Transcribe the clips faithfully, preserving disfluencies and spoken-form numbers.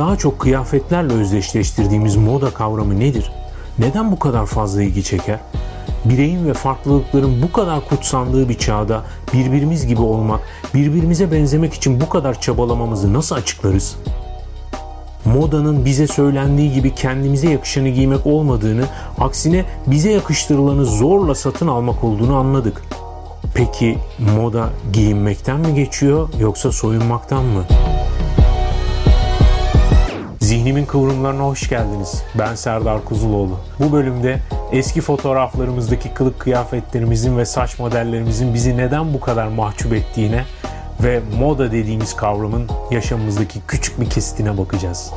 daha çok kıyafetlerle özdeşleştirdiğimiz moda kavramı nedir? Neden bu kadar fazla ilgi çeker? Bireyin ve farklılıkların bu kadar kutsandığı bir çağda birbirimiz gibi olmak, birbirimize benzemek için bu kadar çabalamamızı nasıl açıklarız? Modanın bize söylendiği gibi kendimize yakışanı giymek olmadığını, aksine bize yakıştırılanı zorla satın almak olduğunu anladık. Peki moda giyinmekten mi geçiyor yoksa soyunmaktan mı? Zihnimin kıvrımlarına hoş geldiniz. Ben Serdar Kuzuloğlu. Bu bölümde eski fotoğraflarımızdaki kılık kıyafetlerimizin ve saç modellerimizin bizi neden bu kadar mahcup ettiğine ve moda dediğimiz kavramın yaşamımızdaki küçük bir kesitine bakacağız.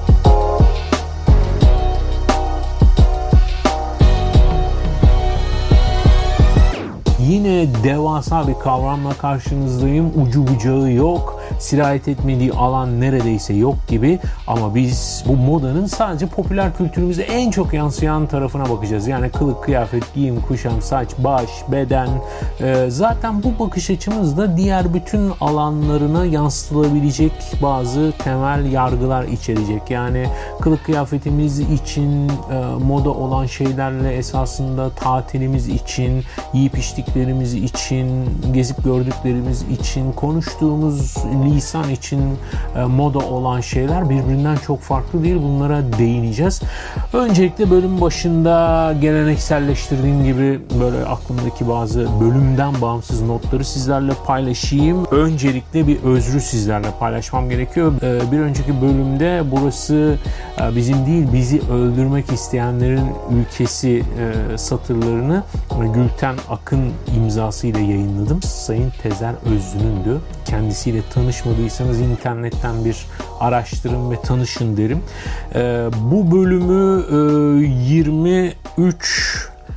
Yine devasa bir kavramla karşınızdayım. Ucu bucağı yok. Sirayet etmediği alan neredeyse yok gibi. Ama biz bu modanın sadece popüler kültürümüze en çok yansıyan tarafına bakacağız. Yani kılık, kıyafet, giyim, kuşam, saç, baş, beden. Ee, zaten bu bakış açımız da diğer bütün alanlarına yansıtılabilecek bazı temel yargılar içerecek. Yani kılık kıyafetimiz için e, moda olan şeylerle esasında tatilimiz için, yiyip içtiklerimiz için, gezip gördüklerimiz için, konuştuğumuz lisan için e, moda olan şeyler birbirinden çok farklı değil. Bunlara değineceğiz. Öncelikle bölüm başında gelenekselleştirdiğim gibi böyle aklımdaki bazı bölümden bağımsız notları sizlerle paylaşayım. Öncelikle bir özrü sizlerle paylaşmam gerekiyor. E, bir önceki bölümde burası e, bizim değil bizi öldürmek isteyenlerin ülkesi e, satırlarını e, Gülten Akın imzasıyla yayınladım. Sayın Tezer Özlü'nündü. Kendisiyle tanışmadıysanız internetten bir araştırın ve tanışın derim. Ee, bu bölümü e, yirmi üç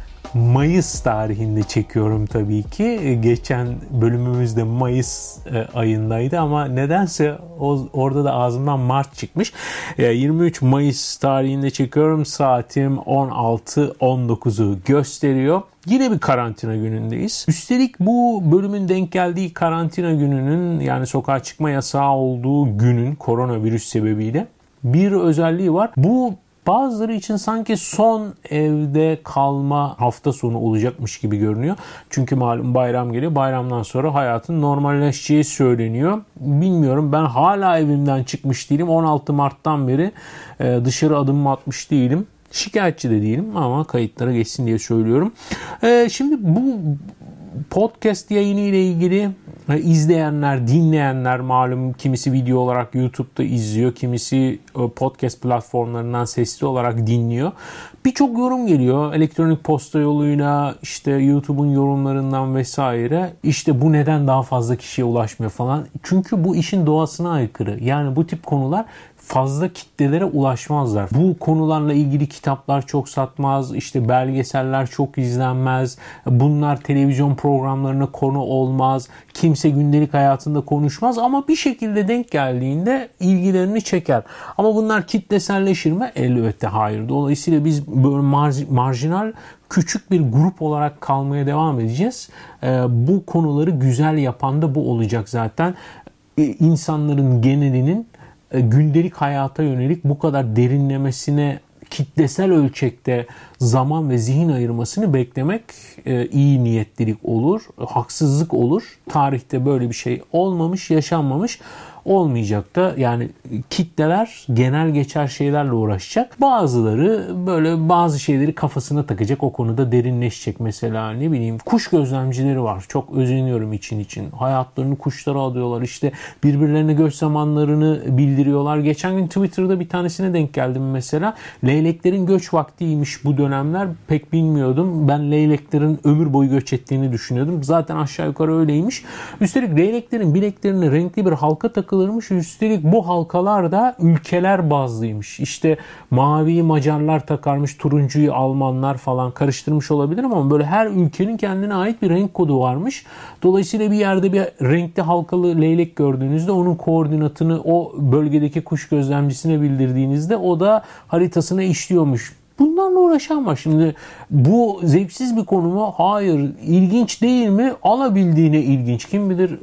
Mayıs tarihinde çekiyorum tabii ki. Geçen bölümümüz de Mayıs e, ayındaydı ama nedense o, orada da ağzımdan Mart çıkmış. E, yirmi üç Mayıs tarihinde çekiyorum. Saatim on altı on dokuzu gösteriyor. Yine bir karantina günündeyiz. Üstelik bu bölümün denk geldiği karantina gününün, yani sokağa çıkma yasağı olduğu günün koronavirüs sebebiyle bir özelliği var. Bu bazıları için sanki son evde kalma hafta sonu olacakmış gibi görünüyor. Çünkü malum bayram geliyor. Bayramdan sonra hayatın normalleşeceği söyleniyor. Bilmiyorum, ben hala evimden çıkmış değilim. on altı Mart'tan beri dışarı adımımı atmış değilim. Şikayetçi de değilim ama kayıtlara geçsin diye söylüyorum. Ee, şimdi bu podcast yayını ile ilgili izleyenler, dinleyenler malum kimisi video olarak YouTube'da izliyor, kimisi podcast platformlarından sesli olarak dinliyor. Birçok yorum geliyor elektronik posta yoluyla, işte YouTube'un yorumlarından vesaire. İşte bu neden daha fazla kişiye ulaşmıyor falan. Çünkü bu işin doğasına aykırı. Yani bu tip konular fazla kitlelere ulaşmazlar. Bu konularla ilgili kitaplar çok satmaz, işte belgeseller çok izlenmez, bunlar televizyon programlarına konu olmaz, kimse gündelik hayatında konuşmaz ama bir şekilde denk geldiğinde ilgilerini çeker. Ama bunlar kitleselleşir mi? Elbette hayır. Dolayısıyla biz böyle marj- marjinal küçük bir grup olarak kalmaya devam edeceğiz. Ee, bu konuları güzel yapan da bu olacak zaten. Ee, insanların genelinin gündelik hayata yönelik bu kadar derinlemesine kitlesel ölçekte zaman ve zihin ayırmasını beklemek e, iyi niyetlilik olur, haksızlık olur. Tarihte böyle bir şey olmamış, yaşanmamış, olmayacak da. Yani kitleler genel geçer şeylerle uğraşacak. Bazıları böyle bazı şeyleri kafasına takacak, o konuda derinleşecek. Mesela ne bileyim kuş gözlemcileri var. Çok özeniyorum için için. Hayatlarını kuşlara adıyorlar. İşte birbirlerine göç zamanlarını bildiriyorlar. Geçen gün Twitter'da bir tanesine denk geldim mesela. Leyleklerin göç vaktiymiş bu dönemler. Pek bilmiyordum. Ben leyleklerin ömür boyu göç ettiğini düşünüyordum. Zaten aşağı yukarı öyleymiş. Üstelik leyleklerin bileklerine renkli bir halka takılmış. Üstelik bu halkalar da ülkeler bazlıymış. İşte maviyi Macarlar takarmış, turuncuyu Almanlar falan, karıştırmış olabilirim ama böyle her ülkenin kendine ait bir renk kodu varmış. Dolayısıyla bir yerde bir renkli halkalı leylek gördüğünüzde onun koordinatını o bölgedeki kuş gözlemcisine bildirdiğinizde o da haritasına işliyormuş. Bunlarla uğraşan var. Şimdi bu zevksiz bir konu mu? Hayır. İlginç değil mi? Alabildiğine ilginç. Kim bilir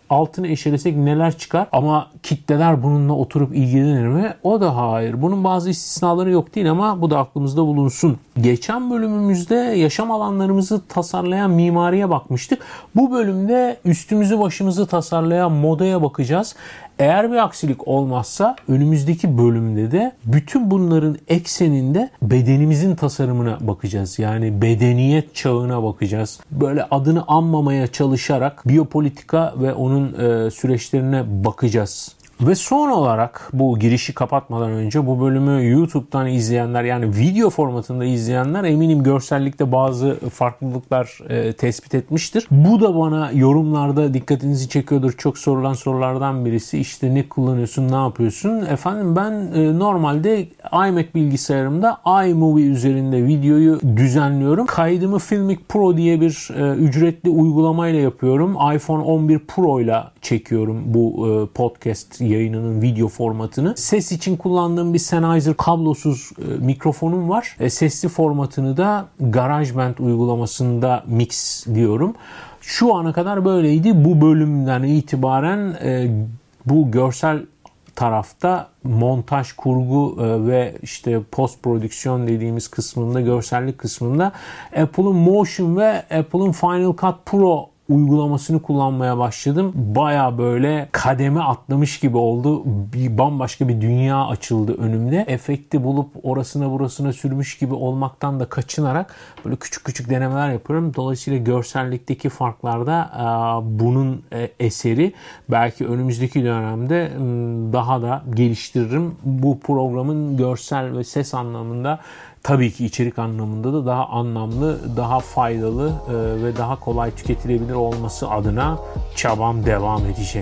altını eşelesek neler çıkar ama kitleler bununla oturup ilgilenir mi? O da hayır. Bunun bazı istisnaları yok değil ama bu da aklımızda bulunsun. Geçen bölümümüzde yaşam alanlarımızı tasarlayan mimariye bakmıştık. Bu bölümde üstümüzü başımızı tasarlayan modaya bakacağız. Eğer bir aksilik olmazsa önümüzdeki bölümde de bütün bunların ekseninde bedenimizin tasarımına bakacağız. Yani bedeniyet çağına bakacağız. Böyle adını anmamaya çalışarak biyopolitika ve onun e, süreçlerine bakacağız. Ve son olarak bu girişi kapatmadan önce bu bölümü YouTube'dan izleyenler, yani video formatında izleyenler eminim görsellikte bazı farklılıklar e, tespit etmiştir. Bu da bana yorumlarda dikkatinizi çekiyordur. Çok sorulan sorulardan birisi. İşte ne kullanıyorsun, ne yapıyorsun? Efendim ben e, normalde iMac bilgisayarımda iMovie üzerinde videoyu düzenliyorum. Kaydımı Filmic Pro diye bir e, ücretli uygulamayla yapıyorum. iPhone on bir Pro ile çekiyorum bu e, podcast yayınının video formatını. Ses için kullandığım bir Sennheiser kablosuz e, mikrofonum var. E, sesli formatını da GarageBand uygulamasında mix diyorum. Şu ana kadar böyleydi. Bu bölümden itibaren e, bu görsel tarafta montaj, kurgu e, ve işte post prodüksiyon dediğimiz kısmında, görsellik kısmında Apple'ın Motion ve Apple'ın Final Cut Pro uygulamasını kullanmaya başladım. Baya böyle kademe atlamış gibi oldu. Bir bambaşka bir dünya açıldı önümde. Efekti bulup orasına burasına sürmüş gibi olmaktan da kaçınarak böyle küçük küçük denemeler yapıyorum. Dolayısıyla görsellikteki farklarda e, bunun e, eseri. Belki önümüzdeki dönemde e, daha da geliştiririm. Bu programın görsel ve ses anlamında, tabii ki içerik anlamında da daha anlamlı, daha faydalı e, ve daha kolay tüketilebilir olması adına çabam devam edecek.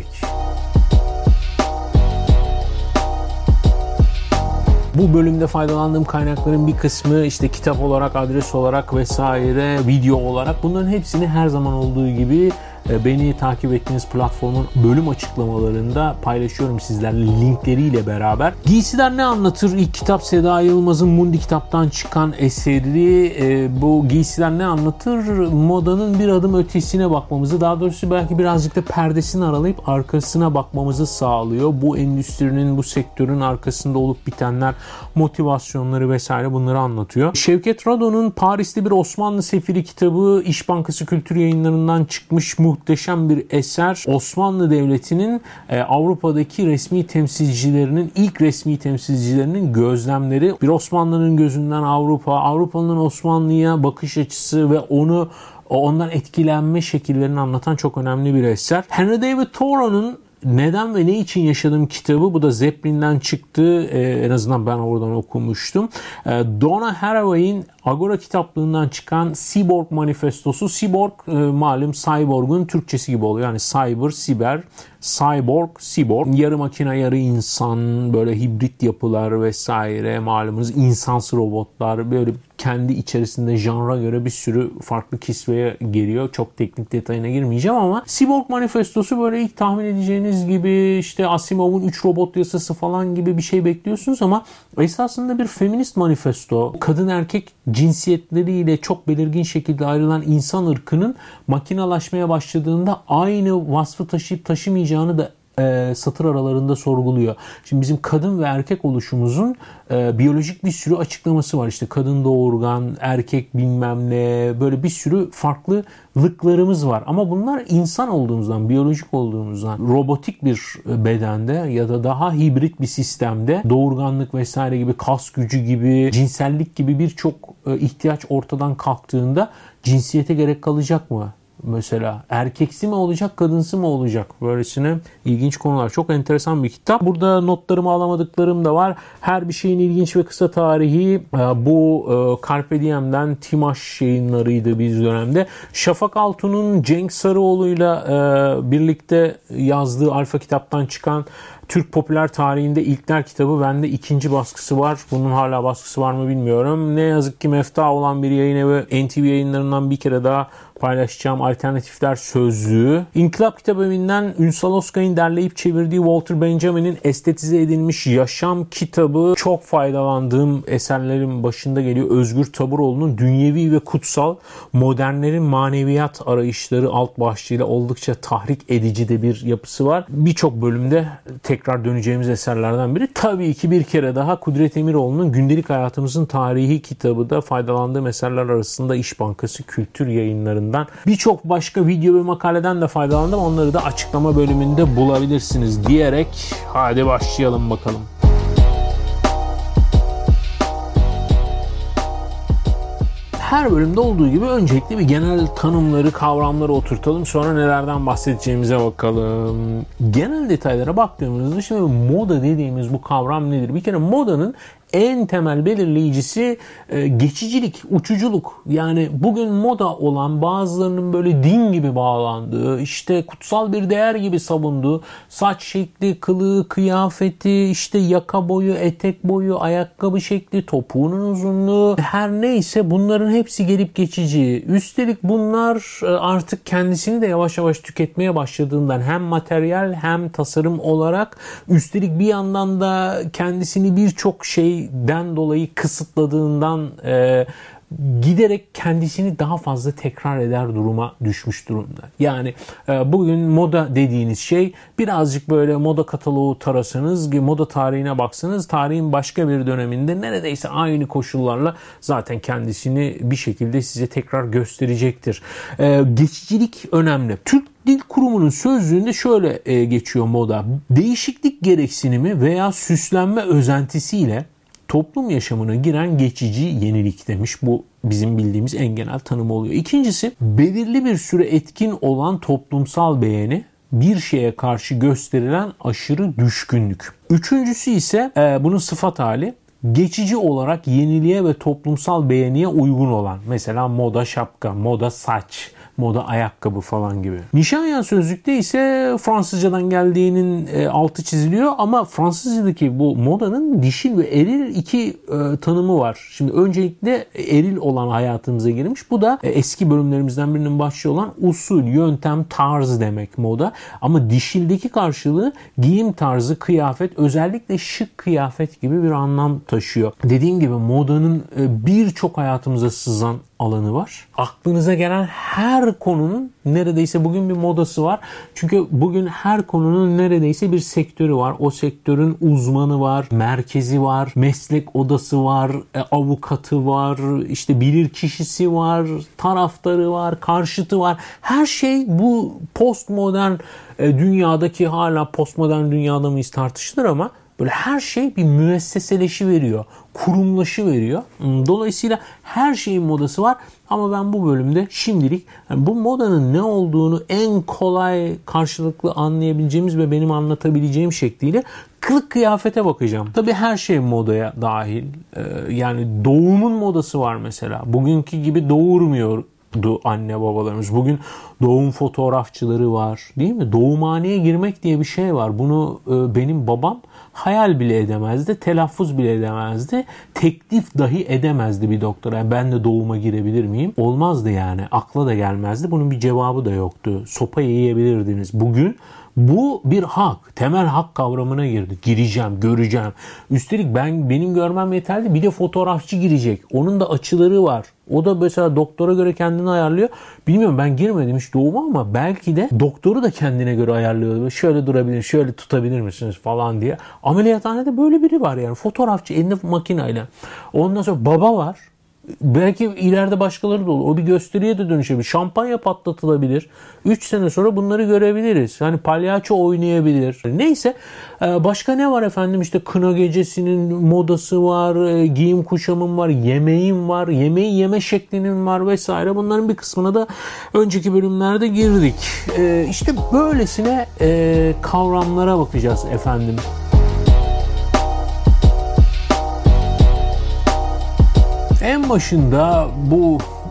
Bu bölümde faydalandığım kaynakların bir kısmı işte kitap olarak, adres olarak vesaire, video olarak, bunların hepsini her zaman olduğu gibi beni takip ettiğiniz platformun bölüm açıklamalarında paylaşıyorum sizlerle linkleriyle beraber. Giysiler ne anlatır? İlk kitap Seda Yılmaz'ın Mundi kitaptan çıkan eseri. E, bu Giysiler ne anlatır? Modanın bir adım ötesine bakmamızı, daha doğrusu belki birazcık da perdesini aralayıp arkasına bakmamızı sağlıyor. Bu endüstrinin, bu sektörün arkasında olup bitenler, motivasyonları vesaire, bunları anlatıyor. Şevket Rado'nun Paris'te bir Osmanlı Sefiri kitabı İş Bankası Kültür Yayınları'ndan çıkmış muhteşem bir eser. Osmanlı Devleti'nin e, Avrupa'daki resmi temsilcilerinin, ilk resmi temsilcilerinin gözlemleri. Bir Osmanlı'nın gözünden Avrupa, Avrupa'nın Osmanlı'ya bakış açısı ve onu ondan etkilenme şekillerini anlatan çok önemli bir eser. Henry David Thoreau'nun Neden ve Ne için Yaşadım kitabı, bu da Zeppelin'den çıktı. Ee, en azından ben oradan okumuştum. Ee, Donna Haraway'in Agora kitaplığından çıkan Cyborg Manifestosu. Cyborg e, malum cyborg'un Türkçesi gibi oluyor. Yani cyber, siber, cyborg, cyborg. Yarı makine, yarı insan, böyle hibrit yapılar vesaire. Malumunuz insansı robotlar, böyle kendi içerisinde janra göre bir sürü farklı kisveye geliyor. Çok teknik detayına girmeyeceğim ama Cyborg Manifestosu böyle ilk tahmin edeceğiniz gibi işte Asimov'un üç robot yasası falan gibi bir şey bekliyorsunuz ama esasında bir feminist manifesto. Kadın erkek cinsiyetleriyle çok belirgin şekilde ayrılan insan ırkının makinalaşmaya başladığında aynı vasfı taşıyıp taşımayacağını da E, satır aralarında sorguluyor. Şimdi bizim kadın ve erkek oluşumuzun e, biyolojik bir sürü açıklaması var. İşte kadın doğurgan, erkek bilmem ne, böyle bir sürü farklılıklarımız var. Ama bunlar insan olduğumuzdan, biyolojik olduğumuzdan, robotik bir bedende ya da daha hibrit bir sistemde doğurganlık vesaire gibi, kas gücü gibi, cinsellik gibi birçok e, ihtiyaç ortadan kalktığında cinsiyete gerek kalacak mı? Mesela erkeksi mi olacak, kadınsı mı olacak? Böylesine ilginç konular. Çok enteresan bir kitap. Burada notlarımı alamadıklarım da var. Her bir şeyin ilginç ve kısa tarihi. Bu Carpe Diem'den Timaş yayınlarıydı biz dönemde. Şafak Altun'un Cenk Sarıoğlu'yla birlikte yazdığı Alfa kitaptan çıkan Türk popüler tarihinde ilkler kitabı. Bende ikinci baskısı var. Bunun hala baskısı var mı bilmiyorum. Ne yazık ki mefta olan bir yayın evi. N T V yayınlarından bir kere daha paylaşacağım Alternatifler Sözlüğü. İnkılap Kitap Evi'nden Ünsal Özkay'ın derleyip çevirdiği Walter Benjamin'in estetize edilmiş yaşam kitabı çok faydalandığım eserlerin başında geliyor. Özgür Taburoğlu'nun Dünyevi ve Kutsal Modernlerin Maneviyat Arayışları alt başlığıyla oldukça tahrik edici de bir yapısı var. Birçok bölümde tekrar döneceğimiz eserlerden biri. Tabii ki bir kere daha Kudret Emiroğlu'nun Gündelik Hayatımızın Tarihi kitabı da faydalandığım eserler arasında İş Bankası Kültür Yayınları'ndan. Birçok başka video ve makaleden de faydalandım. Onları da açıklama bölümünde bulabilirsiniz diyerek hadi başlayalım bakalım. Her bölümde olduğu gibi öncelikle bir genel tanımları, kavramları oturtalım. Sonra nelerden bahsedeceğimize bakalım. Genel detaylara baktığımızda şimdi moda dediğimiz bu kavram nedir? Bir kere modanın en temel belirleyicisi e, geçicilik, uçuculuk. Yani bugün moda olan, bazılarının böyle din gibi bağlandığı, işte kutsal bir değer gibi savunduğu saç şekli, kılığı, kıyafeti, işte yaka boyu, etek boyu, ayakkabı şekli, topuğunun uzunluğu, her neyse bunların hepsi gelip geçici. Üstelik bunlar artık kendisini de yavaş yavaş tüketmeye başladığından hem materyal hem tasarım olarak, üstelik bir yandan da kendisini birçok şey den dolayı kısıtladığından e, giderek kendisini daha fazla tekrar eder duruma düşmüş durumda. Yani e, bugün moda dediğiniz şey birazcık böyle moda kataloğu tarasanız, moda tarihine baksanız tarihin başka bir döneminde neredeyse aynı koşullarla zaten kendisini bir şekilde size tekrar gösterecektir. E, geçicilik önemli. Türk Dil Kurumu'nun sözlüğünde şöyle e, geçiyor moda. Değişiklik gereksinimi veya süslenme özentisiyle toplum yaşamına giren geçici yenilik demiş. Bu bizim bildiğimiz en genel tanımı oluyor. İkincisi, belirli bir süre etkin olan toplumsal beğeni, bir şeye karşı gösterilen aşırı düşkünlük. Üçüncüsü ise e, bunun sıfat hali, geçici olarak yeniliğe ve toplumsal beğeniye uygun olan. Mesela moda şapka, moda saç, moda ayakkabı falan gibi. Nişanyan sözlükte ise Fransızcadan geldiğinin e, altı çiziliyor ama Fransızcadaki bu modanın dişil ve eril iki e, tanımı var. Şimdi öncelikle eril olan hayatımıza girmiş. Bu da e, eski bölümlerimizden birinin başlığı olan usul, yöntem, tarz demek moda. Ama dişildeki karşılığı giyim tarzı, kıyafet, özellikle şık kıyafet gibi bir anlam taşıyor. Dediğim gibi modanın e, birçok hayatımıza sızan alanı var. Aklınıza gelen her konunun neredeyse bugün bir modası var. Çünkü bugün her konunun neredeyse bir sektörü var. O sektörün uzmanı var, merkezi var, meslek odası var, avukatı var, işte bilir kişisi var, taraftarı var, karşıtı var. Her şey bu postmodern dünyadaki, hala postmodern dünyada mıyız tartışılır ama böyle her şey bir müesseseleşi veriyor, kurumlaşı veriyor. Dolayısıyla her şeyin modası var ama ben bu bölümde şimdilik yani bu modanın ne olduğunu en kolay karşılıklı anlayabileceğimiz ve benim anlatabileceğim şekliyle kılık kıyafete bakacağım. Tabii her şey modaya dahil. Ee, yani doğumun modası var mesela. Bugünkü gibi doğurmuyor anne babalarımız. Bugün doğum fotoğrafçıları var, değil mi? Doğumhaneye girmek diye bir şey var. Bunu e, benim babam hayal bile edemezdi, telaffuz bile edemezdi, teklif dahi edemezdi bir doktora. Yani ben de doğuma girebilir miyim? Olmazdı yani. Akla da gelmezdi. Bunun bir cevabı da yoktu. Sopa yiyebilirdiniz. Bugün bu bir hak, temel hak kavramına girdi. Gireceğim, göreceğim. Üstelik ben benim görmem yeterli. Bir de fotoğrafçı girecek. Onun da açıları var. O da mesela doktora göre kendini ayarlıyor. Bilmiyorum, ben girmedim hiç doğuma ama belki de doktoru da kendine göre ayarlıyor. Şöyle durabilir, şöyle tutabilir misiniz falan diye. Ameliyathanede böyle biri var yani. Fotoğrafçı elinde makineyle. Ondan sonra baba var. Belki ileride başkaları da olur. O bir gösteriye de dönüşebilir. Şampanya patlatılabilir. üç sene sonra bunları görebiliriz. Hani palyaço oynayabilir. Neyse, başka ne var efendim? İşte kına gecesinin modası var, giyim kuşamın var, yemeğin var, yemeği yeme şeklinin var vesaire. Bunların bir kısmına da önceki bölümlerde girdik. İşte böylesine kavramlara bakacağız efendim. En başında bu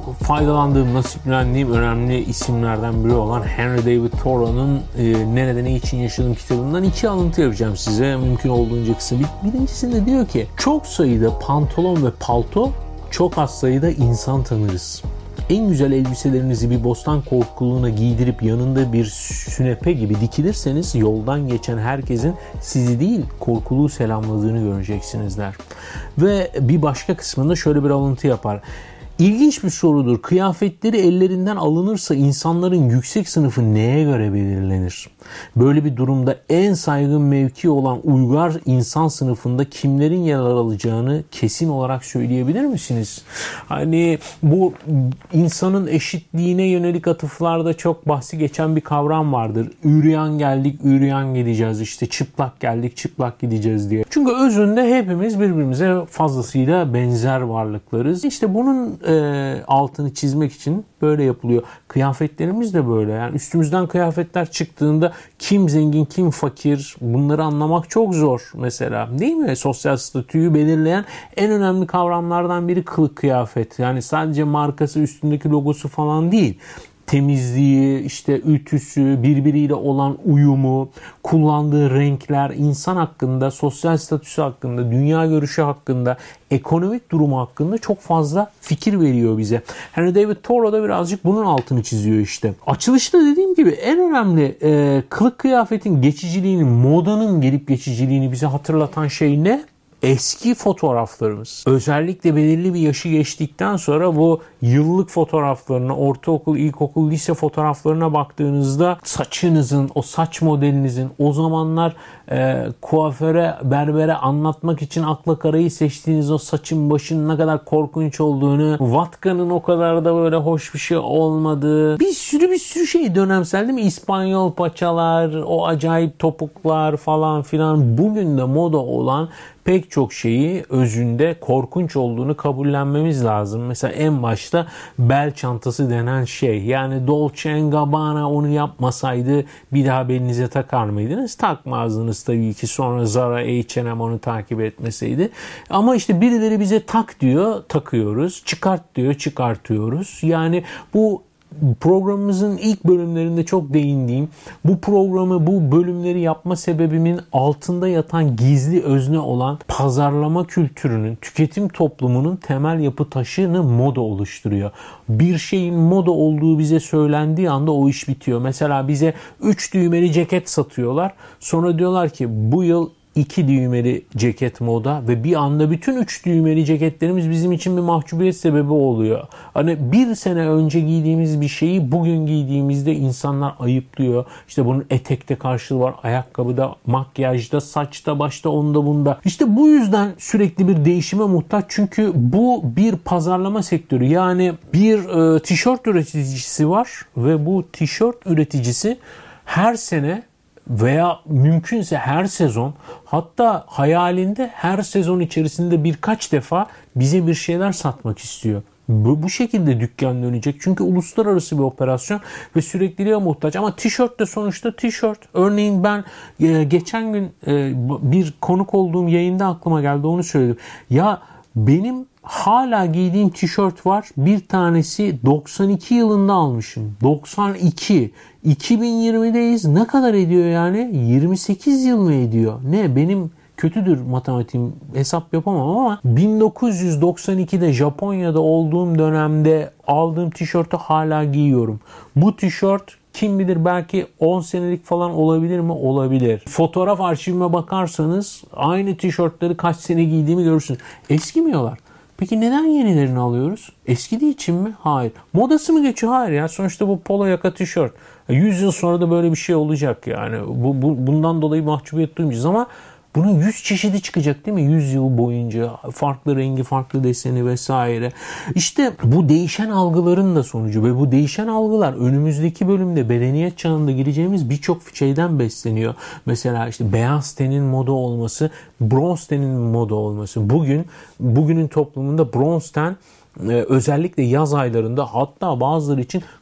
faydalandığım, nasiplendiğim önemli isimlerden biri olan Henry David Thoreau'nun e, Nerede Ne İçin Yaşadım kitabından iki alıntı yapacağım size. Mümkün olduğunca kısa. Bir, birincisinde diyor ki çok sayıda pantolon ve palto, çok az sayıda insan tanırız. En güzel elbiselerinizi bir bostan korkuluğuna giydirip yanında bir sünepe gibi dikilirseniz yoldan geçen herkesin sizi değil korkuluğu selamladığını göreceksiniz der. Ve bir başka kısmında şöyle bir alıntı yapar. İlginç bir sorudur. Kıyafetleri ellerinden alınırsa insanların yüksek sınıfı neye göre belirlenir? Böyle bir durumda en saygın mevki olan uygar insan sınıfında kimlerin yer alacağını kesin olarak söyleyebilir misiniz? Hani bu insanın eşitliğine yönelik atıflarda çok bahsi geçen bir kavram vardır. Üryan geldik, üryan gideceğiz. İşte çıplak geldik, çıplak gideceğiz diye. Çünkü özünde hepimiz birbirimize fazlasıyla benzer varlıklarız. İşte bunun e, altını çizmek için böyle yapılıyor. Kıyafetlerimiz de böyle. Yani üstümüzden kıyafetler çıktığında kim zengin, kim fakir, bunları anlamak çok zor mesela. Değil mi? Sosyal statüyü belirleyen en önemli kavramlardan biri kılık kıyafet. Yani sadece markası, üstündeki logosu falan değil. Temizliği, işte ütüsü, birbiriyle olan uyumu, kullandığı renkler, insan hakkında, sosyal statüsü hakkında, dünya görüşü hakkında, ekonomik durumu hakkında çok fazla fikir veriyor bize. Henry David Thoreau da birazcık bunun altını çiziyor işte. Açılışta dediğim gibi en önemli e, kılık kıyafetin geçiciliğini, modanın gelip geçiciliğini bize hatırlatan şey ne? Eski fotoğraflarımız. Özellikle belirli bir yaşı geçtikten sonra bu yıllık fotoğraflarına, ortaokul, ilkokul, lise fotoğraflarına baktığınızda saçınızın, o saç modelinizin o zamanlar e, kuaföre, berbere anlatmak için akla karayı seçtiğiniz o saçın başının ne kadar korkunç olduğunu, vatkanın o kadar da böyle hoş bir şey olmadığı, bir sürü bir sürü şey dönemsel değil mi? İspanyol paçalar, o acayip topuklar falan filan. Bugün de moda olan pek çok şeyi özünde korkunç olduğunu kabullenmemiz lazım. Mesela en başta bel çantası denen şey. Yani Dolce and Gabbana onu yapmasaydı bir daha belinize takar mıydınız? Takmazdınız tabii ki. Sonra Zara, H and M onu takip etmeseydi. Ama işte birileri bize tak diyor, takıyoruz. Çıkart diyor, çıkartıyoruz. Yani bu programımızın ilk bölümlerinde çok değindiğim, bu programı, bu bölümleri yapma sebebimin altında yatan gizli özne olan pazarlama kültürünün, tüketim toplumunun temel yapı taşını moda oluşturuyor. Bir şeyin moda olduğu bize söylendiği anda o iş bitiyor. Mesela bize üç düğmeli ceket satıyorlar. Sonra diyorlar ki bu yıl iki düğmeli ceket moda ve bir anda bütün üç düğmeli ceketlerimiz bizim için bir mahcubiyet sebebi oluyor. Hani bir sene önce giydiğimiz bir şeyi bugün giydiğimizde insanlar ayıplıyor. İşte bunun etekte karşılığı var, ayakkabıda, makyajda, saçta, başta, onda bunda. İşte bu yüzden sürekli bir değişime muhtaç. Çünkü bu bir pazarlama sektörü. Yani bir e, tişört üreticisi var ve bu tişört üreticisi her sene veya mümkünse her sezon, hatta hayalinde her sezon içerisinde birkaç defa bize bir şeyler satmak istiyor. Bu, bu şekilde dükkan dönecek. Çünkü uluslararası bir operasyon ve sürekliliğe muhtaç. Ama tişört de sonuçta tişört. Örneğin ben e, geçen gün e, bir konuk olduğum yayında aklıma geldi, onu söyledim. Ya benim hala giydiğim tişört var. Bir tanesi doksan iki yılında almışım. doksan iki. iki bin yirmideyiz. Ne kadar ediyor yani? yirmi sekiz yıl mı ediyor? Ne? Benim kötüdür matematiğim. Hesap yapamam ama bin dokuz yüz doksan ikide Japonya'da olduğum dönemde aldığım tişörtü hala giyiyorum. Bu tişört kim bilir belki on senelik falan olabilir mi? Olabilir. Fotoğraf arşivime bakarsanız aynı tişörtleri kaç sene giydiğimi görürsünüz. Eskimiyorlar. Peki neden yenilerini alıyoruz? Eskidiği için mi? Hayır. Modası mı geçiyor? Hayır ya. Sonuçta bu polo yaka tişört. yüz yıl sonra da böyle bir şey olacak yani. Bu, bu, bundan dolayı mahcubiyet duymayacağız ama bunun yüz çeşidi çıkacak değil mi? yüz yıl boyunca farklı rengi, farklı deseni vesaire. İşte bu değişen algıların da sonucu ve bu değişen algılar önümüzdeki bölümde bedeniyet çağında gireceğimiz birçok şeyden besleniyor. Mesela işte beyaz tenin moda olması, bronz tenin moda olması. Bugün bugünün toplumunda bronz ten özellikle yaz aylarında, hatta bazıları için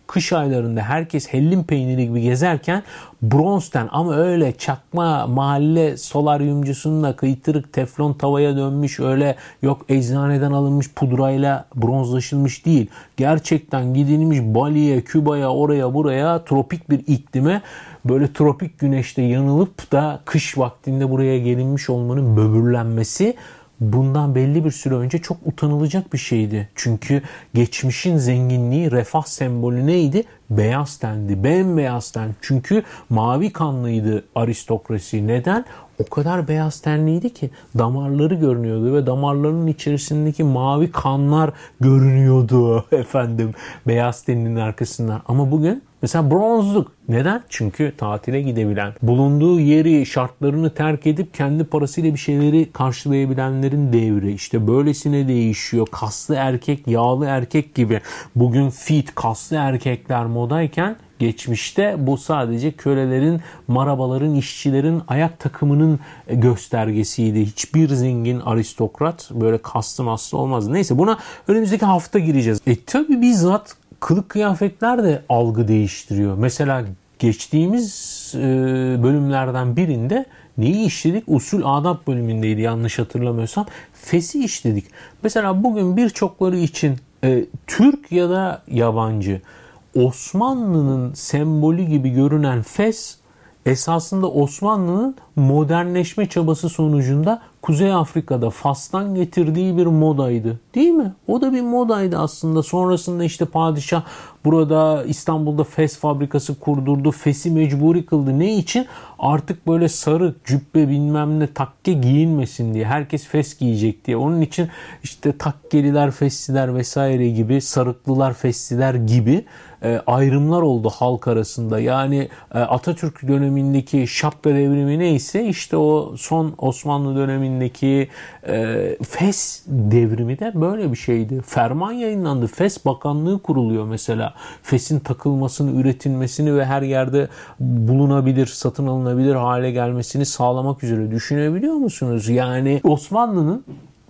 kış aylarında herkes hellim peyniri gibi gezerken bronz ten ama öyle çakma mahalle solaryumcusunun kıytırık teflon tavaya dönmüş, öyle yok eczaneden alınmış pudrayla bronzlaşılmış değil. Gerçekten gidilmiş Bali'ye, Küba'ya, oraya buraya, tropik bir iklime, böyle tropik güneşte yanılıp da kış vaktinde buraya gelinmiş olmanın böbürlenmesi bundan belli bir süre önce çok utanılacak bir şeydi. Çünkü geçmişin zenginliği, refah sembolü neydi? Beyaz tendi, bembeyaz ten. Çünkü mavi kanlıydı aristokrasi. Neden? O kadar beyaz tenliydi ki damarları görünüyordu ve damarlarının içerisindeki mavi kanlar görünüyordu efendim beyaz teninin arkasından. Ama bugün mesela bronzluk. Neden? Çünkü tatile gidebilen, bulunduğu yeri, şartlarını terk edip kendi parasıyla bir şeyleri karşılayabilenlerin devri. İşte böylesine değişiyor. Kaslı erkek, yağlı erkek gibi. Bugün fit, kaslı erkekler modayken geçmişte bu sadece kölelerin, marabaların, işçilerin ayak takımının göstergesiydi. Hiçbir zengin aristokrat böyle kaslı maslı olmaz. Neyse, buna önümüzdeki hafta gireceğiz. E tabi bizzat kılık kıyafetler de algı değiştiriyor. Mesela geçtiğimiz e, bölümlerden birinde neyi işledik? Usul adab bölümündeydi yanlış hatırlamıyorsam. Fes'i işledik. Mesela bugün birçokları için e, Türk ya da yabancı Osmanlı'nın sembolü gibi görünen fes esasında Osmanlı'nın modernleşme çabası sonucunda Kuzey Afrika'da Fas'tan getirdiği bir modaydı. Değil mi? O da bir modaydı aslında. Sonrasında işte padişah burada İstanbul'da fes fabrikası kurdurdu. Fes'i mecburi kıldı. Ne için? Artık böyle sarı cübbe bilmem ne takke giyinmesin diye. Herkes fes giyecek diye. Onun için işte takkeliler, fesliler vesaire gibi, sarıklılar, fesliler gibi e, ayrımlar oldu halk arasında. Yani e, Atatürk dönemindeki şapka devrimi neyse işte o son Osmanlı dönemindeki e, fes devrimi de böyle bir şeydi. Ferman yayınlandı. Fes Bakanlığı kuruluyor mesela. Fes'in takılmasını, üretilmesini ve her yerde bulunabilir, satın alınabilir hale gelmesini sağlamak üzere. Düşünebiliyor musunuz? Yani Osmanlı'nın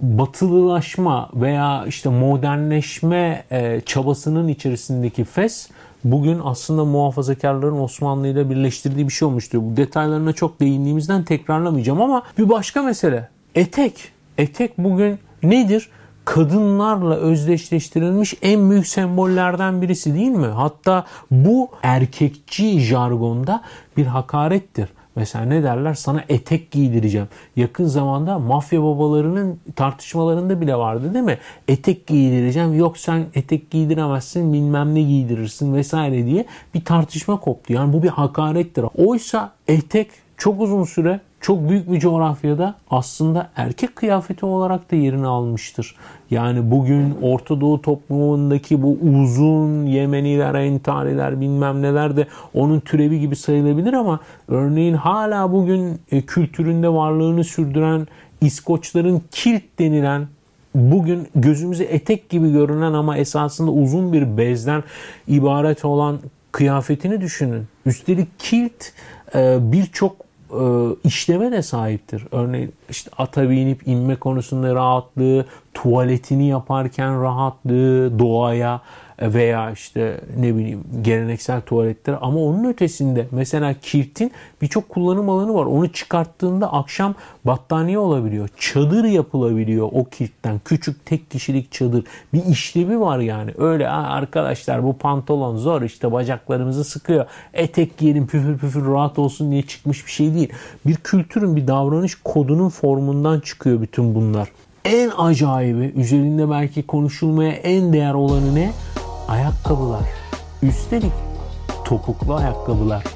batılılaşma veya işte modernleşme e, çabasının içerisindeki fes bugün aslında muhafazakarların Osmanlı ile birleştirdiği bir şey olmuştur. Bu detaylarına çok değindiğimizden tekrarlamayacağım ama bir başka mesele. Etek. Etek bugün nedir? Kadınlarla özdeşleştirilmiş en büyük sembollerden birisi değil mi? Hatta bu erkekçi jargonda bir hakarettir. Mesela ne derler? Sana etek giydireceğim. Yakın zamanda mafya babalarının tartışmalarında bile vardı değil mi? Etek giydireceğim. Yok sen etek giydiremezsin, bilmem ne giydirirsin vesaire diye bir tartışma koptu. Yani bu bir hakarettir. Oysa etek çok uzun süre, çok büyük bir coğrafyada aslında erkek kıyafeti olarak da yerini almıştır. Yani bugün Orta Doğu toplumundaki bu uzun Yemeniler, entariler bilmem neler de onun türevi gibi sayılabilir ama örneğin hala bugün kültüründe varlığını sürdüren İskoçların kilt denilen, bugün gözümüze etek gibi görünen ama esasında uzun bir bezden ibaret olan kıyafetini düşünün. Üstelik kilt birçok işleme de sahiptir. Örneğin işte ata binip inme konusunda rahatlığı, tuvaletini yaparken rahatlığı, doğaya veya işte ne bileyim geleneksel tuvaletler, ama onun ötesinde mesela kiltin birçok kullanım alanı var. Onu çıkarttığında akşam battaniye olabiliyor. Çadır yapılabiliyor o kiltten. Küçük tek kişilik çadır. Bir işlevi var yani. Öyle arkadaşlar bu pantolon zor işte bacaklarımızı sıkıyor. Etek giyelim püfür püfür rahat olsun diye çıkmış bir şey değil. Bir kültürün, bir davranış kodunun formundan çıkıyor bütün bunlar. En acayibi, üzerinde belki konuşulmaya en değer olanı ne? Ayakkabılar. Üstelik topuklu ayakkabılar.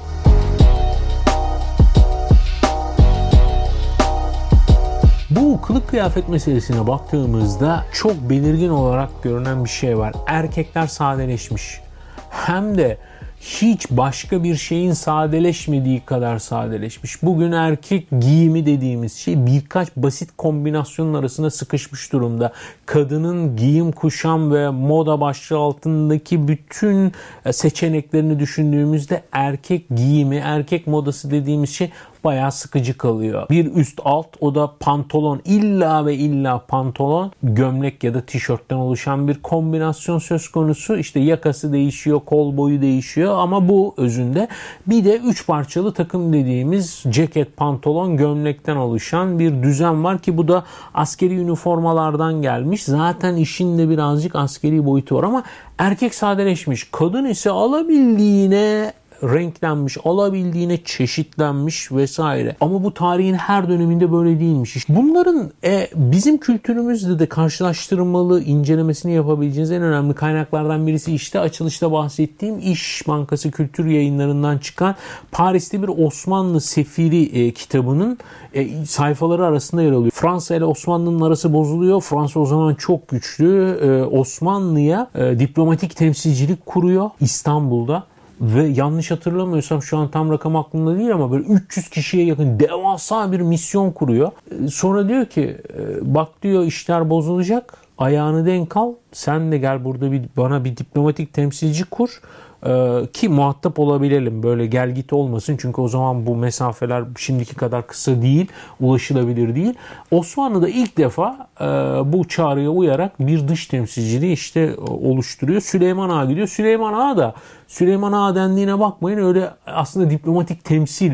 Bu kılık kıyafet meselesine baktığımızda çok belirgin olarak görünen bir şey var. Erkekler sadeleşmiş. Hem de hiç başka bir şeyin sadeleşmediği kadar sadeleşmiş. Bugün erkek giyimi dediğimiz şey birkaç basit kombinasyonun arasında sıkışmış durumda. Kadının giyim, kuşam ve moda başlığı altındaki bütün seçeneklerini düşündüğümüzde erkek giyimi, erkek modası dediğimiz şey bayağı sıkıcı kalıyor. Bir üst alt, o da pantolon, illa ve illa pantolon, gömlek ya da tişörtten oluşan bir kombinasyon söz konusu. İşte yakası değişiyor, kol boyu değişiyor ama bu özünde. Bir de üç parçalı takım dediğimiz ceket, pantolon, gömlekten oluşan bir düzen var ki bu da askeri üniformalardan gelmiş. Zaten işin de birazcık askeri boyutu var ama erkek sadeleşmiş. Kadın ise alabildiğine renklenmiş, alabildiğine çeşitlenmiş vesaire. Ama bu tarihin her döneminde böyle değilmiş. İşte bunların e, bizim kültürümüzde de karşılaştırmalı incelemesini yapabileceğiniz en önemli kaynaklardan birisi işte açılışta bahsettiğim İş Bankası Kültür Yayınları'ndan çıkan Paris'te bir Osmanlı Sefiri e, kitabının e, sayfaları arasında yer alıyor. Fransa ile Osmanlı'nın arası bozuluyor. Fransa o zaman çok güçlü. E, Osmanlı'ya e, diplomatik temsilcilik kuruyor İstanbul'da. Ve yanlış hatırlamıyorsam şu an tam rakam aklımda değil ama böyle üç yüz kişiye yakın devasa bir misyon kuruyor. Sonra diyor ki bak diyor işler bozulacak, ayağını denk al, sen de gel burada bir bana bir diplomatik temsilci kur ki muhatap olabilelim, böyle gel git olmasın çünkü o zaman bu mesafeler şimdiki kadar kısa değil, ulaşılabilir değil. Osmanlı da ilk defa bu çağrıya uyarak bir dış temsilciliği işte oluşturuyor. Süleyman Ağa gidiyor. Süleyman Ağa da Süleyman Ağa dendiğine bakmayın, öyle aslında diplomatik temsil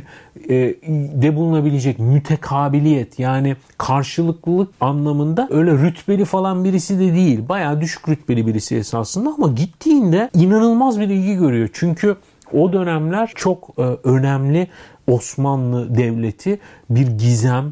de bulunabilecek mütekabiliyet, yani karşılıklılık anlamında öyle rütbeli falan birisi de değil. Bayağı düşük rütbeli birisi esasında ama gittiğinde inanılmaz bir ilgi görüyor. Çünkü o dönemler çok önemli. Osmanlı Devleti bir gizem,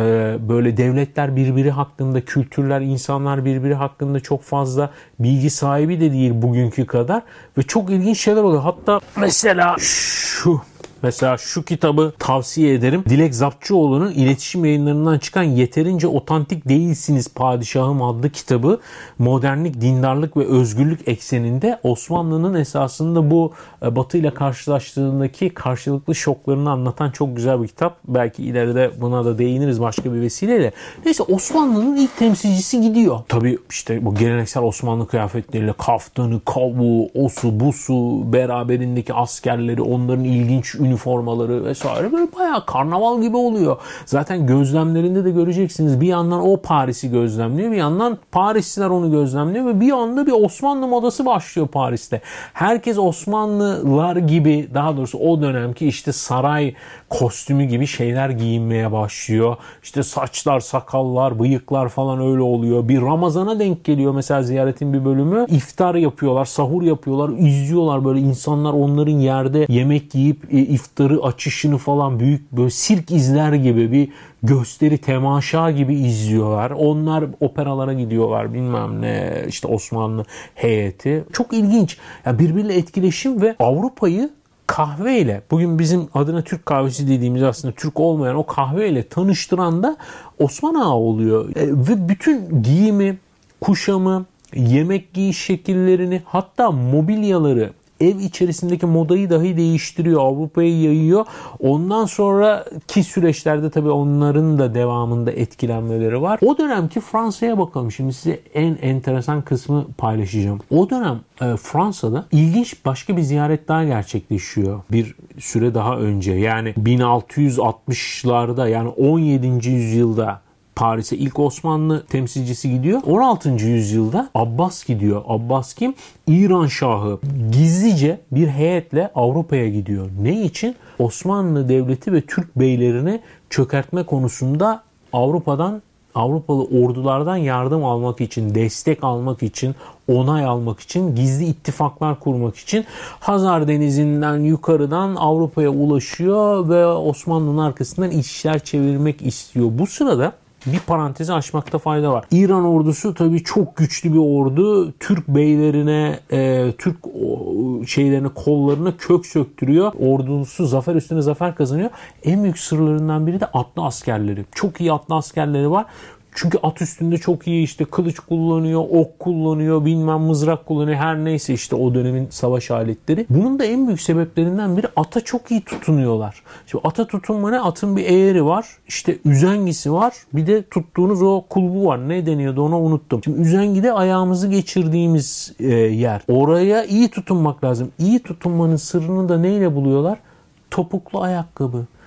böyle devletler birbiri hakkında, kültürler, insanlar birbiri hakkında çok fazla bilgi sahibi de değil bugünkü kadar ve çok ilginç şeyler oluyor. Hatta mesela şu Mesela şu kitabı tavsiye ederim. Dilek Zapçıoğlu'nun iletişim yayınlarından çıkan Yeterince Otantik Değilsiniz Padişahım adlı kitabı modernlik, dindarlık ve özgürlük ekseninde Osmanlı'nın esasında bu Batı ile karşılaştığındaki karşılıklı şoklarını anlatan çok güzel bir kitap. Belki ileride buna da değiniriz başka bir vesileyle. Neyse, Osmanlı'nın ilk temsilcisi gidiyor. Tabii işte bu geleneksel Osmanlı kıyafetleriyle kaftanı, kavuğu, osu, busu, beraberindeki askerleri, onların ilginç üniformaları vesaire, böyle bayağı karnaval gibi oluyor. Zaten gözlemlerinde de göreceksiniz. Bir yandan o Paris'i gözlemliyor, bir yandan Parisliler onu gözlemliyor ve bir anda bir Osmanlı modası başlıyor Paris'te. Herkes Osmanlılar gibi, daha doğrusu o dönemki işte saray kostümü gibi şeyler giyinmeye başlıyor. İşte saçlar, sakallar, bıyıklar falan öyle oluyor. Bir Ramazan'a denk geliyor mesela ziyaretin bir bölümü. İftar yapıyorlar, sahur yapıyorlar, izliyorlar böyle insanlar onların yerde yemek yiyip e, iftarı açışını falan büyük böyle sirk izler gibi bir gösteri, temaşa gibi izliyorlar. Onlar operalara gidiyorlar, bilmem ne, işte Osmanlı heyeti. Çok ilginç. Yani birbiriyle etkileşim ve Avrupa'yı kahveyle, bugün bizim adına Türk kahvesi dediğimiz aslında Türk olmayan o kahveyle tanıştıran da Osman Ağa oluyor. E, ve bütün giyimi, kuşamı, yemek giyiş şekillerini, hatta mobilyaları, ev içerisindeki modayı dahi değiştiriyor. Avrupa'ya yayıyor. Ondan sonraki süreçlerde tabii onların da devamında etkilenmeleri var. O dönemki Fransa'ya bakalım. Şimdi size en enteresan kısmı paylaşacağım. O dönem e, Fransa'da ilginç başka bir ziyaret daha gerçekleşiyor. Bir süre daha önce. Yani bin altı yüz altmışlarda, yani on yedinci yüzyılda Paris'e ilk Osmanlı temsilcisi gidiyor. on altıncı yüzyılda Abbas gidiyor. Abbas kim? İran Şahı. Gizlice bir heyetle Avrupa'ya gidiyor. Ne için? Osmanlı Devleti ve Türk beylerini çökertme konusunda Avrupa'dan, Avrupalı ordulardan yardım almak için, destek almak için, onay almak için, gizli ittifaklar kurmak için Hazar Denizi'nden yukarıdan Avrupa'ya ulaşıyor ve Osmanlı'nın arkasından işler çevirmek istiyor. Bu sırada bir parantezi açmakta fayda var. İran ordusu tabii çok güçlü bir ordu. Türk beylerine, e, Türk şeylerine, kollarına kök söktürüyor. Ordusu zafer üstüne zafer kazanıyor. En büyük sırlarından biri de atlı askerleri. Çok iyi atlı askerleri var. Çünkü at üstünde çok iyi işte kılıç kullanıyor, ok kullanıyor, bilmem mızrak kullanıyor, her neyse işte o dönemin savaş aletleri. Bunun da en büyük sebeplerinden biri ata çok iyi tutunuyorlar. Şimdi ata tutunma ne? Atın bir eğeri var, işte üzengisi var, bir de tuttuğunuz o kulbu var. Ne deniyordu ona unuttum. Şimdi üzengide ayağımızı geçirdiğimiz e, yer. Oraya iyi tutunmak lazım. İyi tutunmanın sırrını da neyle buluyorlar? Topuklu ayakkabı.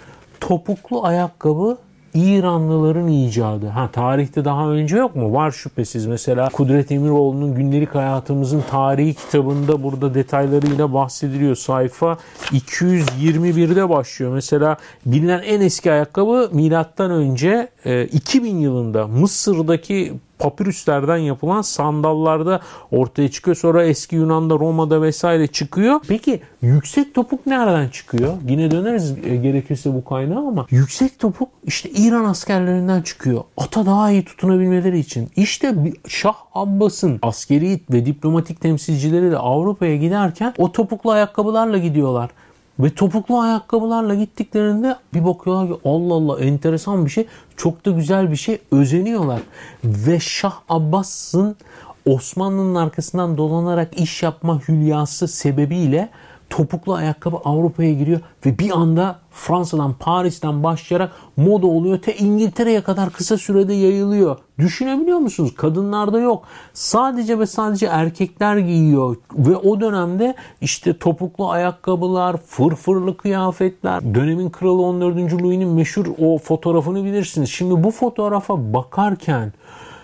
Topuklu ayakkabı İranlıların icadı. Ha, tarihte daha önce yok mu? Var şüphesiz. Mesela Kudret Emiroğlu'nun Gündelik Hayatımızın Tarihi kitabında burada detaylarıyla bahsediliyor. Sayfa iki yüz yirmi birde başlıyor. Mesela bilinen en eski ayakkabı milattan önce iki bin yılında Mısır'daki papirüslerden yapılan sandallarda ortaya çıkıyor. Sonra eski Yunan'da, Roma'da vesaire çıkıyor. Peki yüksek topuk nereden çıkıyor? Yine döneriz gerekirse bu kaynağa ama yüksek topuk işte İran askerlerinden çıkıyor. Ata daha iyi tutunabilmeleri için. İşte Şah Abbas'ın askeri ve diplomatik temsilcileri de Avrupa'ya giderken o topuklu ayakkabılarla gidiyorlar. Ve topuklu ayakkabılarla gittiklerinde bir bakıyorlar ki Allah Allah enteresan bir şey, çok da güzel bir şey, özeniyorlar. Ve Şah Abbas'ın Osmanlı'nın arkasından dolanarak iş yapma hülyası sebebiyle topuklu ayakkabı Avrupa'ya giriyor ve bir anda Fransa'dan, Paris'ten başlayarak moda oluyor. Te İngiltere'ye kadar kısa sürede yayılıyor. Düşünebiliyor musunuz? Kadınlarda yok. Sadece ve sadece erkekler giyiyor. Ve o dönemde işte topuklu ayakkabılar, fırfırlı kıyafetler. Dönemin kralı on dördüncü Louis'nin meşhur o fotoğrafını bilirsiniz. Şimdi bu fotoğrafa bakarken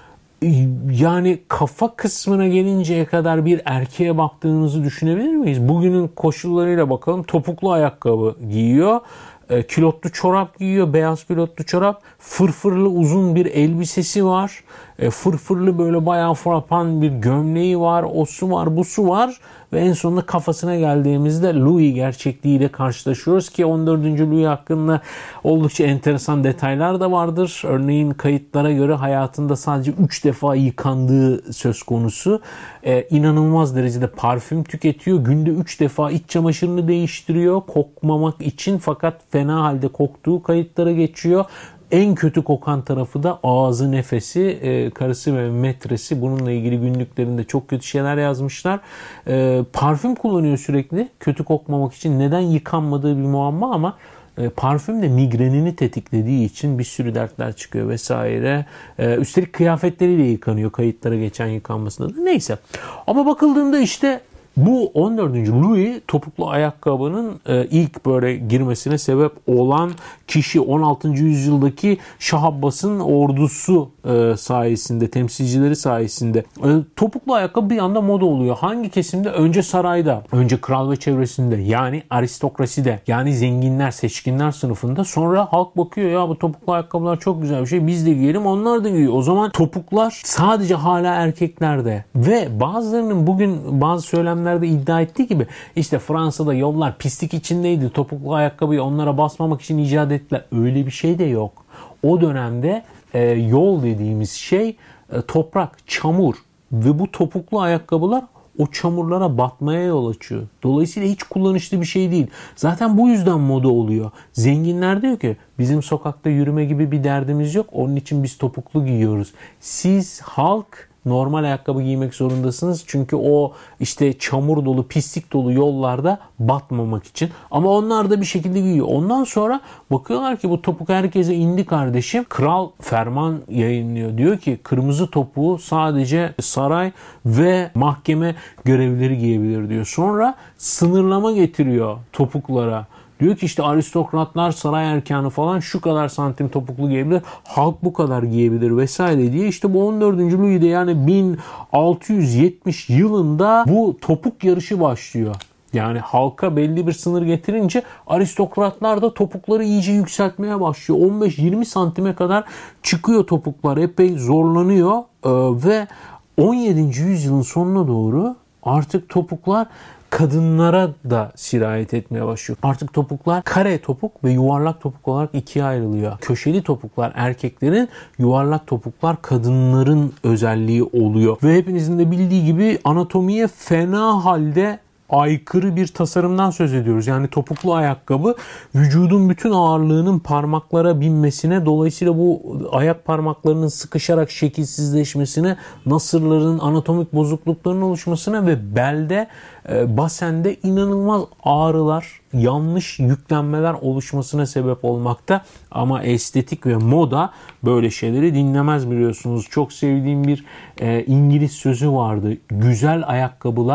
yani kafa kısmına gelinceye kadar bir erkeğe baktığınızı düşünebilir miyiz? Bugünün koşullarıyla bakalım. Topuklu ayakkabı giyiyor. E, kilotlu çorap giyiyor. Beyaz kilotlu çorap. Fırfırlı uzun bir elbisesi var. E, fırfırlı böyle bayağı frapan bir gömleği var. O su var, bu su var. Ve en sonunda kafasına geldiğimizde Louis gerçekliğiyle karşılaşıyoruz ki on dördüncü Louis hakkında oldukça enteresan detaylar da vardır. Örneğin kayıtlara göre hayatında sadece üç defa yıkandığı söz konusu. Ee, inanılmaz derecede parfüm tüketiyor. Günde üç defa iç çamaşırını değiştiriyor kokmamak için, fakat fena halde koktuğu kayıtlara geçiyor. En kötü kokan tarafı da ağzı, nefesi. E, karısı ve metresi bununla ilgili günlüklerinde çok kötü şeyler yazmışlar. E, parfüm kullanıyor sürekli kötü kokmamak için. Neden yıkanmadığı bir muamma ama e, parfüm de migrenini tetiklediği için bir sürü dertler çıkıyor vesaire. E, üstelik kıyafetleriyle yıkanıyor kayıtlara geçen yıkanmasında da. Neyse. Ama bakıldığında işte bu on dördüncü Louis topuklu ayakkabının e, ilk böyle girmesine sebep olan kişi. on altıncı yüzyıldaki Şah Abbas'ın ordusu e, sayesinde, temsilcileri sayesinde. E, topuklu ayakkabı bir anda moda oluyor. Hangi kesimde? Önce sarayda, önce kral ve çevresinde, yani aristokraside, yani zenginler, seçkinler sınıfında. Sonra halk bakıyor, ya bu topuklu ayakkabılar çok güzel bir şey, biz de giyelim, onlar da giyiyor. O zaman topuklar sadece hala erkeklerde ve bazılarının bugün bazı söylemler de iddia ettiği gibi işte Fransa'da yollar pislik içindeydi, topuklu ayakkabıyı onlara basmamak için icat ettiler. Öyle bir şey de yok. O dönemde e, yol dediğimiz şey e, toprak, çamur ve bu topuklu ayakkabılar o çamurlara batmaya yol açıyor. Dolayısıyla hiç kullanışlı bir şey değil. Zaten bu yüzden moda oluyor. Zenginler diyor ki bizim sokakta yürüme gibi bir derdimiz yok, onun için biz topuklu giyiyoruz. Siz halk normal ayakkabı giymek zorundasınız. Çünkü o işte çamur dolu, pislik dolu yollarda batmamak için. Ama onlar da bir şekilde giyiyor. Ondan sonra bakıyorlar ki bu topuk herkese indi kardeşim. Kral ferman yayınlıyor. Diyor ki kırmızı topuğu sadece saray ve mahkeme görevlileri giyebilir diyor. Sonra sınırlama getiriyor topuklara. Diyor ki işte aristokratlar, saray erkanı falan şu kadar santim topuklu giyebilir. Halk bu kadar giyebilir vesaire diye. İşte bu on dördüncü Louis'de yani bin altı yüz yetmiş yılında bu topuk yarışı başlıyor. Yani halka belli bir sınır getirince aristokratlar da topukları iyice yükseltmeye başlıyor. on beş yirmi santime kadar çıkıyor topuklar. Epey zorlanıyor ee, ve on yedinci yüzyılın sonuna doğru artık topuklar kadınlara da sirayet etmeye başlıyor. Artık topuklar kare topuk ve yuvarlak topuk olarak ikiye ayrılıyor. Köşeli topuklar erkeklerin, yuvarlak topuklar kadınların özelliği oluyor. Ve hepinizin de bildiği gibi anatomiye fena halde aykırı bir tasarımdan söz ediyoruz. Yani topuklu ayakkabı vücudun bütün ağırlığının parmaklara binmesine, dolayısıyla bu ayak parmaklarının sıkışarak şekilsizleşmesine, nasırların, anatomik bozuklukların oluşmasına ve belde, e, basende inanılmaz ağrılar, yanlış yüklenmeler oluşmasına sebep olmakta. Ama estetik ve moda böyle şeyleri dinlemez biliyorsunuz. Çok sevdiğim bir e, İngiliz sözü vardı. Güzel ayakkabılar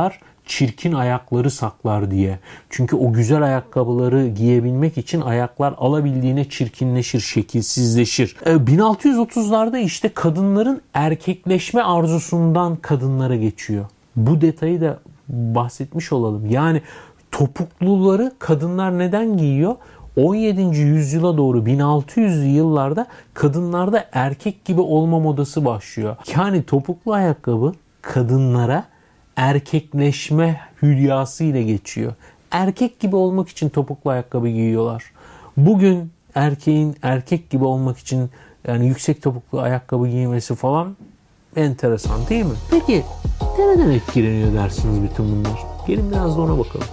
çirkin ayakları saklar diye. Çünkü o güzel ayakkabıları giyebilmek için ayaklar alabildiğine çirkinleşir, şekilsizleşir. bin altı yüz otuzlarda işte kadınların erkekleşme arzusundan kadınlara geçiyor. Bu detayı da bahsetmiş olalım. Yani topukluları kadınlar neden giyiyor? on yedinci yüzyıla doğru bin altı yüzlü yıllarda kadınlarda erkek gibi olma modası başlıyor. Yani topuklu ayakkabı kadınlara erkekleşme hülyası ile geçiyor. Erkek gibi olmak için topuklu ayakkabı giyiyorlar. Bugün erkeğin erkek gibi olmak için yani yüksek topuklu ayakkabı giymesi falan enteresan değil mi? Peki nereden etkileniyor dersiniz bütün bunlar? Gelin biraz da ona bakalım.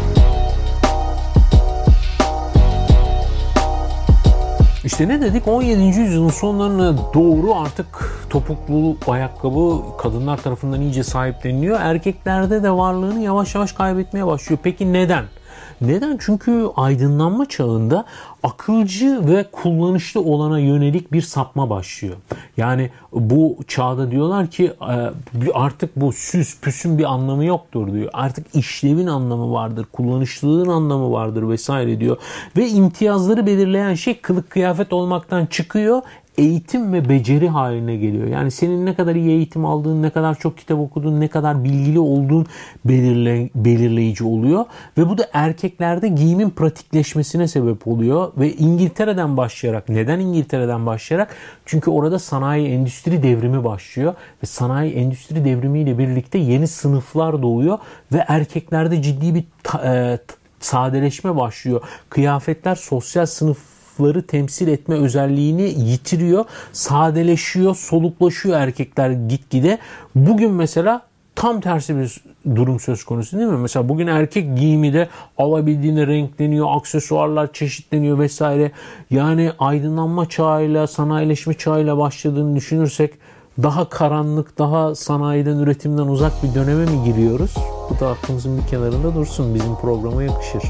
İşte ne dedik? on yedinci yüzyılın sonlarına doğru artık topuklu ayakkabı kadınlar tarafından iyice sahipleniliyor. Erkeklerde de varlığını yavaş yavaş kaybetmeye başlıyor. Peki neden? Neden? Çünkü aydınlanma çağında akılcı ve kullanışlı olana yönelik bir sapma başlıyor. Yani bu çağda diyorlar ki artık bu süs püsün bir anlamı yoktur diyor. Artık işlevin anlamı vardır, kullanışlılığın anlamı vardır vesaire diyor. Ve imtiyazları belirleyen şey kılık kıyafet olmaktan çıkıyor. Eğitim ve beceri haline geliyor. Yani senin ne kadar iyi eğitim aldığın, ne kadar çok kitap okudun, ne kadar bilgili olduğun belirle, belirleyici oluyor. Ve bu da erkeklerde giyimin pratikleşmesine sebep oluyor. Ve İngiltere'den başlayarak, neden İngiltere'den başlayarak? Çünkü orada sanayi endüstri devrimi başlıyor. Ve sanayi endüstri devrimiyle birlikte yeni sınıflar doğuyor. Ve erkeklerde ciddi bir ta, e, sadeleşme başlıyor. Kıyafetler sosyal sınıf temsil etme özelliğini yitiriyor, sadeleşiyor, soluklaşıyor erkekler gitgide. Bugün mesela tam tersi bir durum söz konusu değil mi? Mesela bugün erkek giyimi de alabildiğine renkleniyor, aksesuarlar çeşitleniyor vesaire. Yani aydınlanma çağıyla, sanayileşme çağıyla başladığını düşünürsek daha karanlık, daha sanayiden, üretimden uzak bir döneme mi giriyoruz? Bu da aklımızın bir kenarında dursun. Bizim programa yakışır.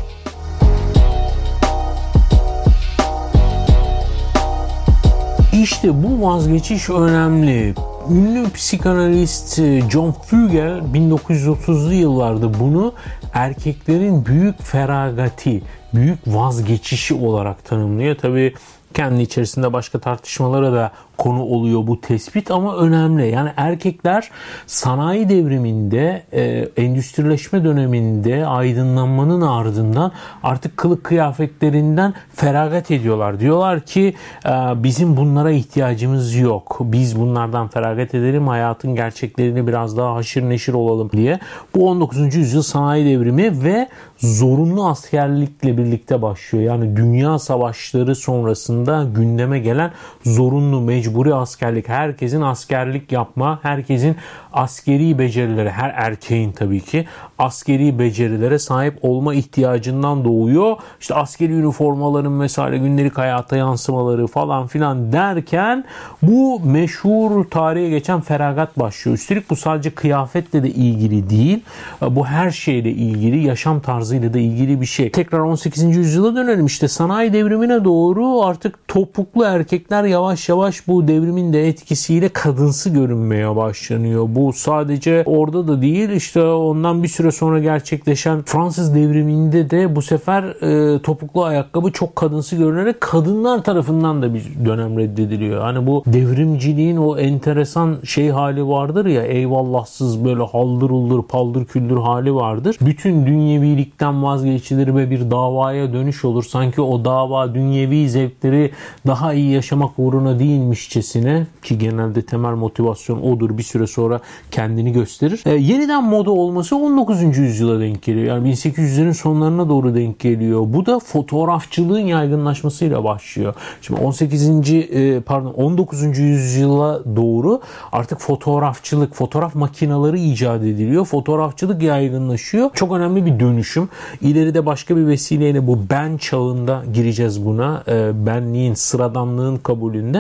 İşte bu vazgeçiş önemli. Ünlü psikanalist John Fugel bin dokuz yüz otuzlu yıllarda bunu erkeklerin büyük feragati, büyük vazgeçişi olarak tanımlıyor. Tabii kendi içerisinde başka tartışmalara da konu oluyor bu tespit ama önemli. Yani erkekler sanayi devriminde, e, endüstrileşme döneminde aydınlanmanın ardından artık kılık kıyafetlerinden feragat ediyorlar. Diyorlar ki e, bizim bunlara ihtiyacımız yok. Biz bunlardan feragat edelim, hayatın gerçeklerini biraz daha haşır neşir olalım diye. Bu on dokuzuncu yüzyıl sanayi devrimi ve zorunlu askerlikle birlikte başlıyor. Yani dünya savaşları sonrasında gündeme gelen zorunlu, mecburi askerlik. Herkesin askerlik yapma, herkesin askeri becerileri, her erkeğin tabii ki askeri becerilere sahip olma ihtiyacından doğuyor. İşte askeri üniformaların vesaire gündelik hayata yansımaları falan filan derken bu meşhur tarihe geçen feragat başlıyor. Üstelik bu sadece kıyafetle de ilgili değil. Bu her şeyle ilgili, yaşam tarzıyla da ilgili bir şey. Tekrar on sekizinci yüzyıla dönelim. İşte sanayi devrimine doğru artık topuklu erkekler yavaş yavaş bu devrimin de etkisiyle kadınsı görünmeye başlanıyor. Bu sadece orada da değil, işte ondan bir süre sonra gerçekleşen Fransız devriminde de bu sefer e, topuklu ayakkabı çok kadınsı görünerek kadınlar tarafından da bir dönem reddediliyor. Hani bu devrimciliğin o enteresan şey hali vardır ya, eyvallahsız böyle haldır uldur paldır küldür hali vardır. Bütün dünyevilikten vazgeçilir ve bir davaya dönüş olur. Sanki o dava dünyevi zevkleri daha iyi yaşamak uğruna değilmişçesine, ki genelde temel motivasyon odur, bir süre sonra kendini gösterir. E, yeniden moda olması on dokuzuncu yüzyıla denk geliyor. Yani bin sekiz yüzlerin sonlarına doğru denk geliyor. Bu da fotoğrafçılığın yaygınlaşmasıyla başlıyor. Şimdi on sekizinci E, pardon on dokuzuncu yüzyıla doğru artık fotoğrafçılık, fotoğraf makineleri icat ediliyor. Fotoğrafçılık yaygınlaşıyor. Çok önemli bir dönüşüm. İleride başka bir vesileyle bu ben çağında gireceğiz buna. E, benliğin, sıradanlığın kabulünde. O zamana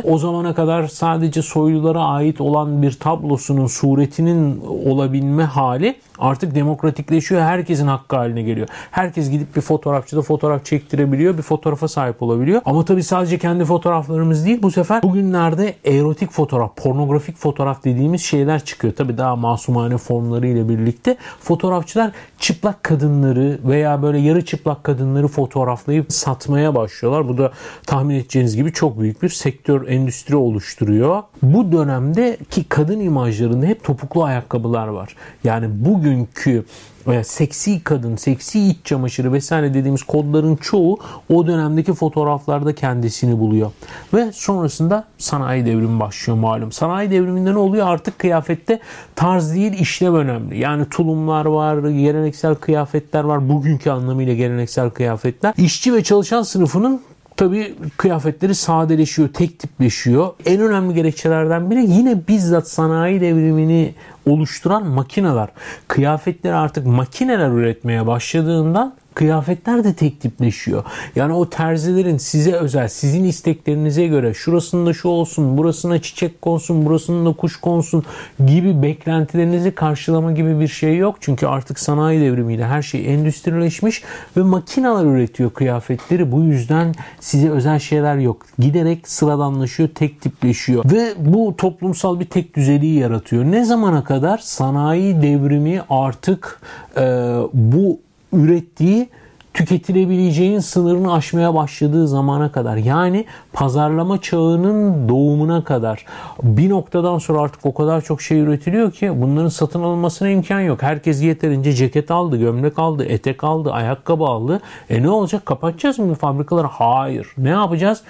zamana kadar sadece soylulara ait olan bir tablosunun suretinin olabilme hali artık demokratikleşiyor. Herkesin hakkı haline geliyor. Herkes gidip bir fotoğrafçıda fotoğraf çektirebiliyor. Bir fotoğrafa sahip olabiliyor. Ama tabii sadece kendi fotoğraflarımız değil. Bu sefer bugünlerde erotik fotoğraf, pornografik fotoğraf dediğimiz şeyler çıkıyor. Tabii daha masumane formlarıyla birlikte fotoğrafçılar çıplak kadınları veya böyle yarı çıplak kadınları fotoğraflayıp satmaya başlıyorlar. Bu da tahmin edeceğiniz gibi çok büyük bir sektör, endüstri oluşturuyor. Bu dönemdeki kadın imajlarında hep topuklu ayakkabılar var. Yani bugünkü veya seksi kadın, seksi iç çamaşırı vesaire dediğimiz kodların çoğu o dönemdeki fotoğraflarda kendisini buluyor. Ve sonrasında sanayi devrimi başlıyor malum. Sanayi devriminde ne oluyor? Artık kıyafette tarz değil, işlev önemli. Yani tulumlar var, geleneksel kıyafetler var. Bugünkü anlamıyla geleneksel kıyafetler. İşçi ve çalışan sınıfının tabii kıyafetleri sadeleşiyor, tek tipleşiyor. En önemli gerekçelerden biri yine bizzat sanayi devrimini oluşturan makineler. Kıyafetleri artık makineler üretmeye başladığından kıyafetler de tek tipleşiyor. Yani o terzilerin size özel, sizin isteklerinize göre şurasında şu olsun, burasına çiçek konsun, burasında kuş konsun gibi beklentilerinizi karşılama gibi bir şey yok. Çünkü artık sanayi devrimiyle her şey endüstrileşmiş ve makineler üretiyor kıyafetleri. Bu yüzden size özel şeyler yok. Giderek sıradanlaşıyor, tek tipleşiyor. Ve bu toplumsal bir tek düzeliği yaratıyor. Ne zamana kadar? Sanayi devrimi artık e, bu ürettiği tüketilebileceğin sınırını aşmaya başladığı zamana kadar, yani pazarlama çağının doğumuna kadar bir noktadan sonra artık o kadar çok şey üretiliyor ki bunların satın alınmasına imkan yok. Herkes yeterince ceket aldı, gömlek aldı, etek aldı, ayakkabı aldı. E ne olacak? Kapatacağız mı bu fabrikaları? Hayır. Ne yapacağız?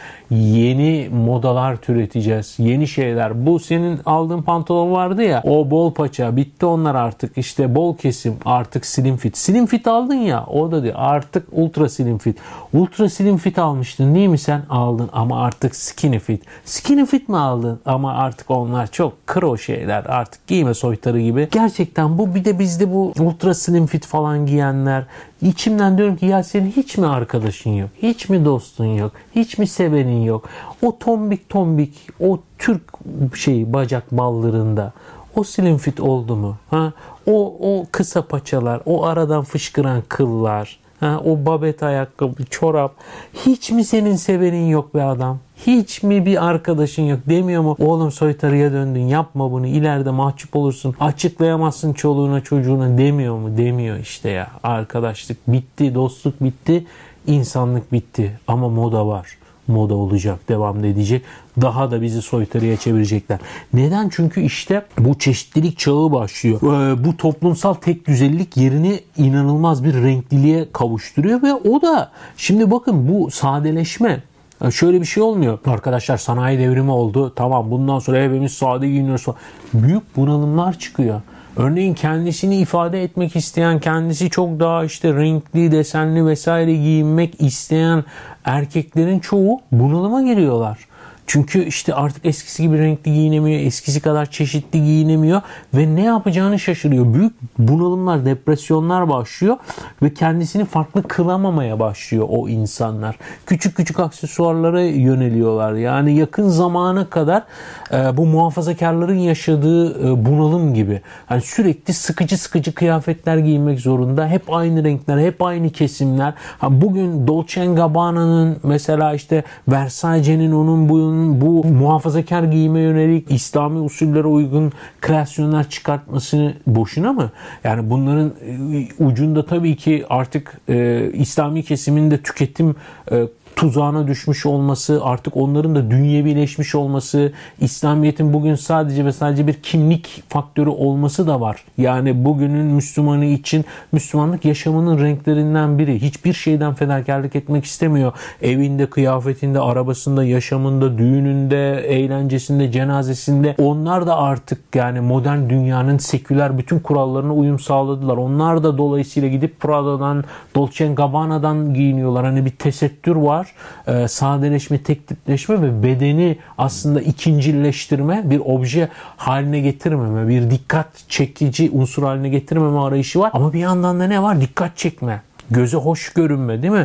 Yeni modalar türeteceğiz. Yeni şeyler. Bu senin aldığın pantolon vardı ya, o bol paça. Bitti onlar artık. İşte bol kesim. Artık slim fit. Slim fit aldın ya, o da değil. Artık Artık ultra slim fit. Ultra slim fit almıştın değil mi sen? Aldın ama artık skinny fit. Skinny fit mi aldın? Ama artık onlar çok kro şeyler. Artık giyme soytarı gibi. Gerçekten bu, bir de bizde bu ultra slim fit falan giyenler. İçimden diyorum ki ya senin hiç mi arkadaşın yok? Hiç mi dostun yok? Hiç mi sevenin yok? O tombik tombik, o Türk şeyi bacak ballarında o slim fit oldu mu? Ha? O, o kısa paçalar, o aradan fışkıran kıllar, ha, o babet ayakkabı, çorap. Hiç mi senin sevenin yok be adam? Hiç mi bir arkadaşın yok? Demiyor mu? Oğlum soytarıya döndün, yapma bunu, ileride mahcup olursun, açıklayamazsın çoluğuna çocuğuna demiyor mu? Demiyor işte ya. Arkadaşlık bitti, dostluk bitti, insanlık bitti. Ama moda var. Moda olacak, devam edecek. Daha da bizi soytarıya çevirecekler. Neden? Çünkü işte bu çeşitlilik çağı başlıyor. Ee, bu toplumsal tek düzelilik yerini inanılmaz bir renkliliğe kavuşturuyor ve o da şimdi bakın bu sadeleşme. Şöyle bir şey olmuyor. Arkadaşlar sanayi devrimi oldu. Tamam, bundan sonra hepimiz sade giyiniyoruz falan. Büyük bunalımlar çıkıyor. Örneğin kendisini ifade etmek isteyen, kendisi çok daha işte renkli, desenli vesaire giyinmek isteyen erkeklerin çoğu bunalıma giriyorlar. Çünkü işte artık eskisi gibi renkli giyinemiyor, eskisi kadar çeşitli giyinemiyor ve ne yapacağını şaşırıyor. Büyük bunalımlar, depresyonlar başlıyor ve kendisini farklı kılamamaya başlıyor o insanlar. Küçük küçük aksesuarlara yöneliyorlar. Yani yakın zamana kadar e, bu muhafazakarların yaşadığı e, bunalım gibi. Yani sürekli sıkıcı sıkıcı kıyafetler giymek zorunda. Hep aynı renkler, hep aynı kesimler. Ha, bugün Dolce and Gabbana'nın mesela işte Versace'nin onun bunun bu muhafazakar giyime yönelik İslami usullere uygun kreasyonlar çıkartmasını boşuna mı? Yani bunların ucunda tabii ki artık e, İslami kesimin de tüketim e, tuzağına düşmüş olması, artık onların da dünyevileşmiş olması, İslamiyet'in bugün sadece ve sadece bir kimlik faktörü olması da var. Yani bugünün Müslümanı için Müslümanlık yaşamının renklerinden biri. Hiçbir şeyden fedakarlık etmek istemiyor. Evinde, kıyafetinde, arabasında, yaşamında, düğününde, eğlencesinde, cenazesinde. Onlar da artık yani modern dünyanın seküler bütün kurallarına uyum sağladılar. Onlar da dolayısıyla gidip Prada'dan, Dolce and Gabbana'dan giyiniyorlar. Hani bir tesettür var. Ee, sadeleşme, tek tipleşme ve bedeni aslında ikincileştirme, bir obje haline getirmeme, bir dikkat çekici unsur haline getirmeme arayışı var. Ama bir yandan da ne var? Dikkat çekme. Göze hoş görünme, değil mi?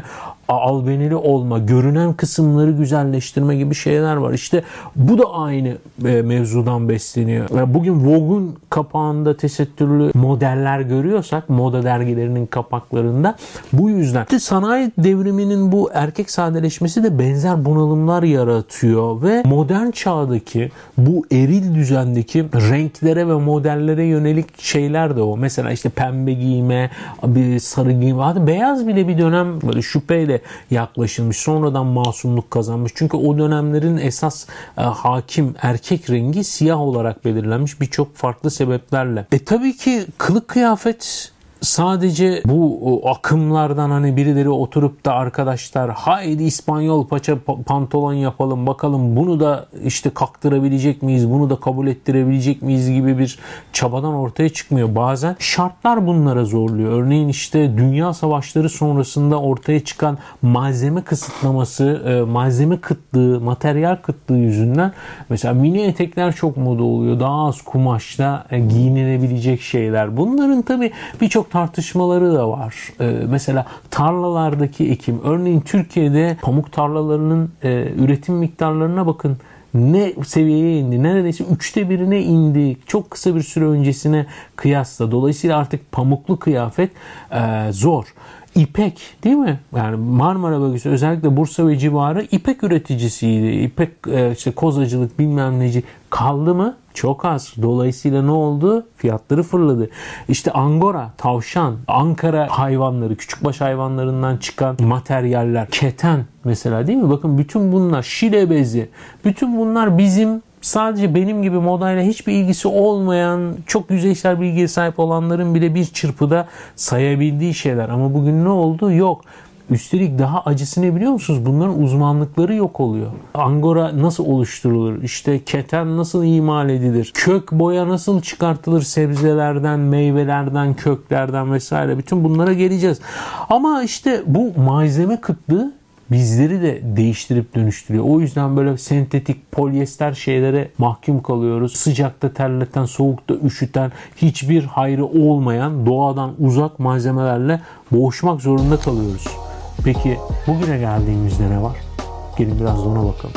albenili olma, görünen kısımları güzelleştirme gibi şeyler var. İşte bu da aynı mevzudan besleniyor. Bugün Vogue'un kapağında tesettürlü modeller görüyorsak, moda dergilerinin kapaklarında, bu yüzden. İşte sanayi devriminin bu erkek sadeleşmesi de benzer bunalımlar yaratıyor ve modern çağdaki bu eril düzendeki renklere ve modellere yönelik şeyler de o. Mesela işte pembe giyme, bir sarı giyme, hatta beyaz bile bir dönem böyle şüpheyle yaklaşılmış. Sonradan masumluk kazanmış. Çünkü o dönemlerin esas e, hakim erkek rengi siyah olarak belirlenmiş birçok farklı sebeplerle. E tabii ki kılık kıyafet sadece bu akımlardan hani birileri oturup da arkadaşlar haydi İspanyol paça pantolon yapalım bakalım bunu da işte kaktırabilecek miyiz, bunu da kabul ettirebilecek miyiz gibi bir çabadan ortaya çıkmıyor. Bazen şartlar bunlara zorluyor. Örneğin işte dünya savaşları sonrasında ortaya çıkan malzeme kısıtlaması, malzeme kıtlığı, materyal kıtlığı yüzünden mesela mini etekler çok moda oluyor. Daha az kumaşla giyinilebilecek şeyler. Bunların tabii birçok tartışmaları da var. Ee, mesela tarlalardaki ekim. Örneğin Türkiye'de pamuk tarlalarının e, üretim miktarlarına bakın. Ne seviyeye indi? Neredeyse üçte birine indi. Çok kısa bir süre öncesine kıyasla. Dolayısıyla artık pamuklu kıyafet e, zor. İpek değil mi? Yani Marmara bölgesi özellikle Bursa ve civarı ipek üreticisiydi. İpek işte kozacılık bilmem neci kaldı mı? Çok az. Dolayısıyla ne oldu? Fiyatları fırladı. İşte Angora, tavşan, Ankara hayvanları, küçükbaş hayvanlarından çıkan materyaller, keten mesela değil mi? Bakın bütün bunlar, şile bezi, bütün bunlar bizim sadece benim gibi modayla hiçbir ilgisi olmayan, çok yüzeysel bilgiye sahip olanların bile bir çırpıda sayabildiği şeyler. Ama bugün ne oldu? Yok. Üstelik daha acısı ne biliyor musunuz? Bunların uzmanlıkları yok oluyor. Angora nasıl oluşturulur? İşte keten nasıl imal edilir? Kök boya nasıl çıkartılır sebzelerden, meyvelerden, köklerden vesaire. Bütün bunlara geleceğiz. Ama işte bu malzeme kıtlığı bizleri de değiştirip dönüştürüyor. O yüzden böyle sentetik polyester şeylere mahkum kalıyoruz. Sıcakta terleten, soğukta üşüten, hiçbir hayrı olmayan doğadan uzak malzemelerle boğuşmak zorunda kalıyoruz. Peki bugüne geldiğimizde ne var? Gelin biraz da ona bakalım.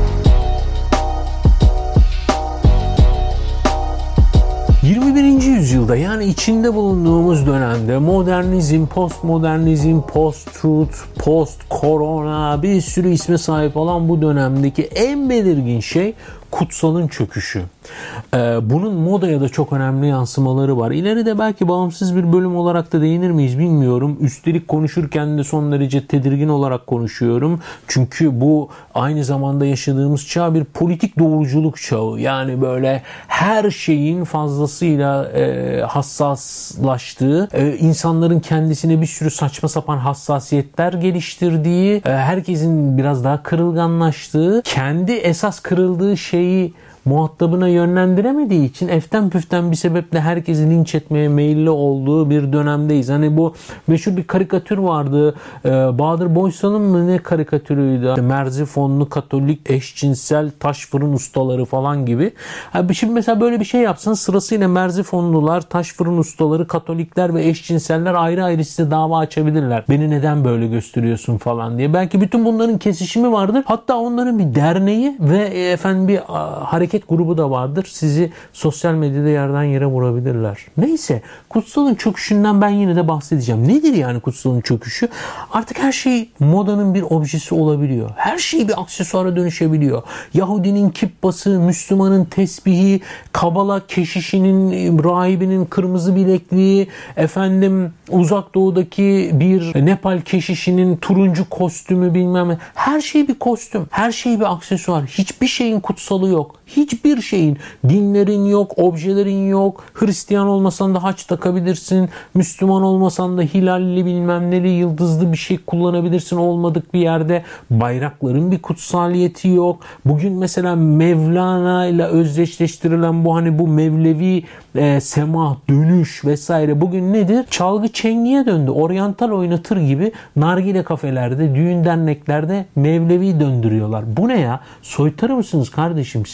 yirmi birinci yüzyılda yani içinde bulunduğumuz dönemde modernizm, postmodernizm, post-truth, post-korona bir sürü isme sahip olan bu dönemdeki en belirgin şey kutsalın çöküşü. Ee, bunun modaya da çok önemli yansımaları var. İleride belki bağımsız bir bölüm olarak da değinir miyiz bilmiyorum. Üstelik konuşurken de son derece tedirgin olarak konuşuyorum. Çünkü bu aynı zamanda yaşadığımız çağ bir politik doğruculuk çağı. Yani böyle her şeyin fazlasıyla e, hassaslaştığı, e, insanların kendisine bir sürü saçma sapan hassasiyetler geliştirdiği, e, herkesin biraz daha kırılganlaştığı, kendi esas kırıldığı şeyi muhatabına yönlendiremediği için eften püften bir sebeple herkesi linç etmeye meyilli olduğu bir dönemdeyiz. Hani bu meşhur bir karikatür vardı. Ee, Bahadır Boysal'ın mı ne karikatürüydü? İşte Merzifonlu Katolik eşcinsel taş fırın ustaları falan gibi. Yani şimdi mesela böyle bir şey yapsanız sırasıyla Merzifonlular, taş fırın ustaları, Katolikler ve eşcinseller ayrı ayrı size dava açabilirler. Beni neden böyle gösteriyorsun falan diye. Belki bütün bunların kesişimi vardır. Hatta onların bir derneği ve efendim bir hareket grubu da vardır. Sizi sosyal medyada yerden yere vurabilirler. Neyse. Kutsalın çöküşünden ben yine de bahsedeceğim. Nedir yani kutsalın çöküşü? Artık her şey modanın bir objesi olabiliyor. Her şey bir aksesuara dönüşebiliyor. Yahudinin kippası, Müslümanın tesbihi, Kabala keşişinin, rahibinin kırmızı bilekliği, efendim uzak doğudaki bir Nepal keşişinin turuncu kostümü bilmem ne. Her şey bir kostüm. Her şey bir aksesuar. Hiçbir şeyin kutsalı yok. Hiçbir şeyin, dinlerin yok, objelerin yok. Hristiyan olmasan da haç takabilirsin. Müslüman olmasan da hilalli bilmem neli yıldızlı bir şey kullanabilirsin olmadık bir yerde. Bayrakların bir kutsaliyeti yok. Bugün mesela Mevlana ile özdeşleştirilen bu hani bu Mevlevi e, semah, dönüş vesaire bugün nedir? Çalgı çengiye döndü. Oryantal oynatır gibi nargile kafelerde, düğün derneklerde Mevlevi döndürüyorlar. Bu ne ya? Soytarı mısınız kardeşim siz?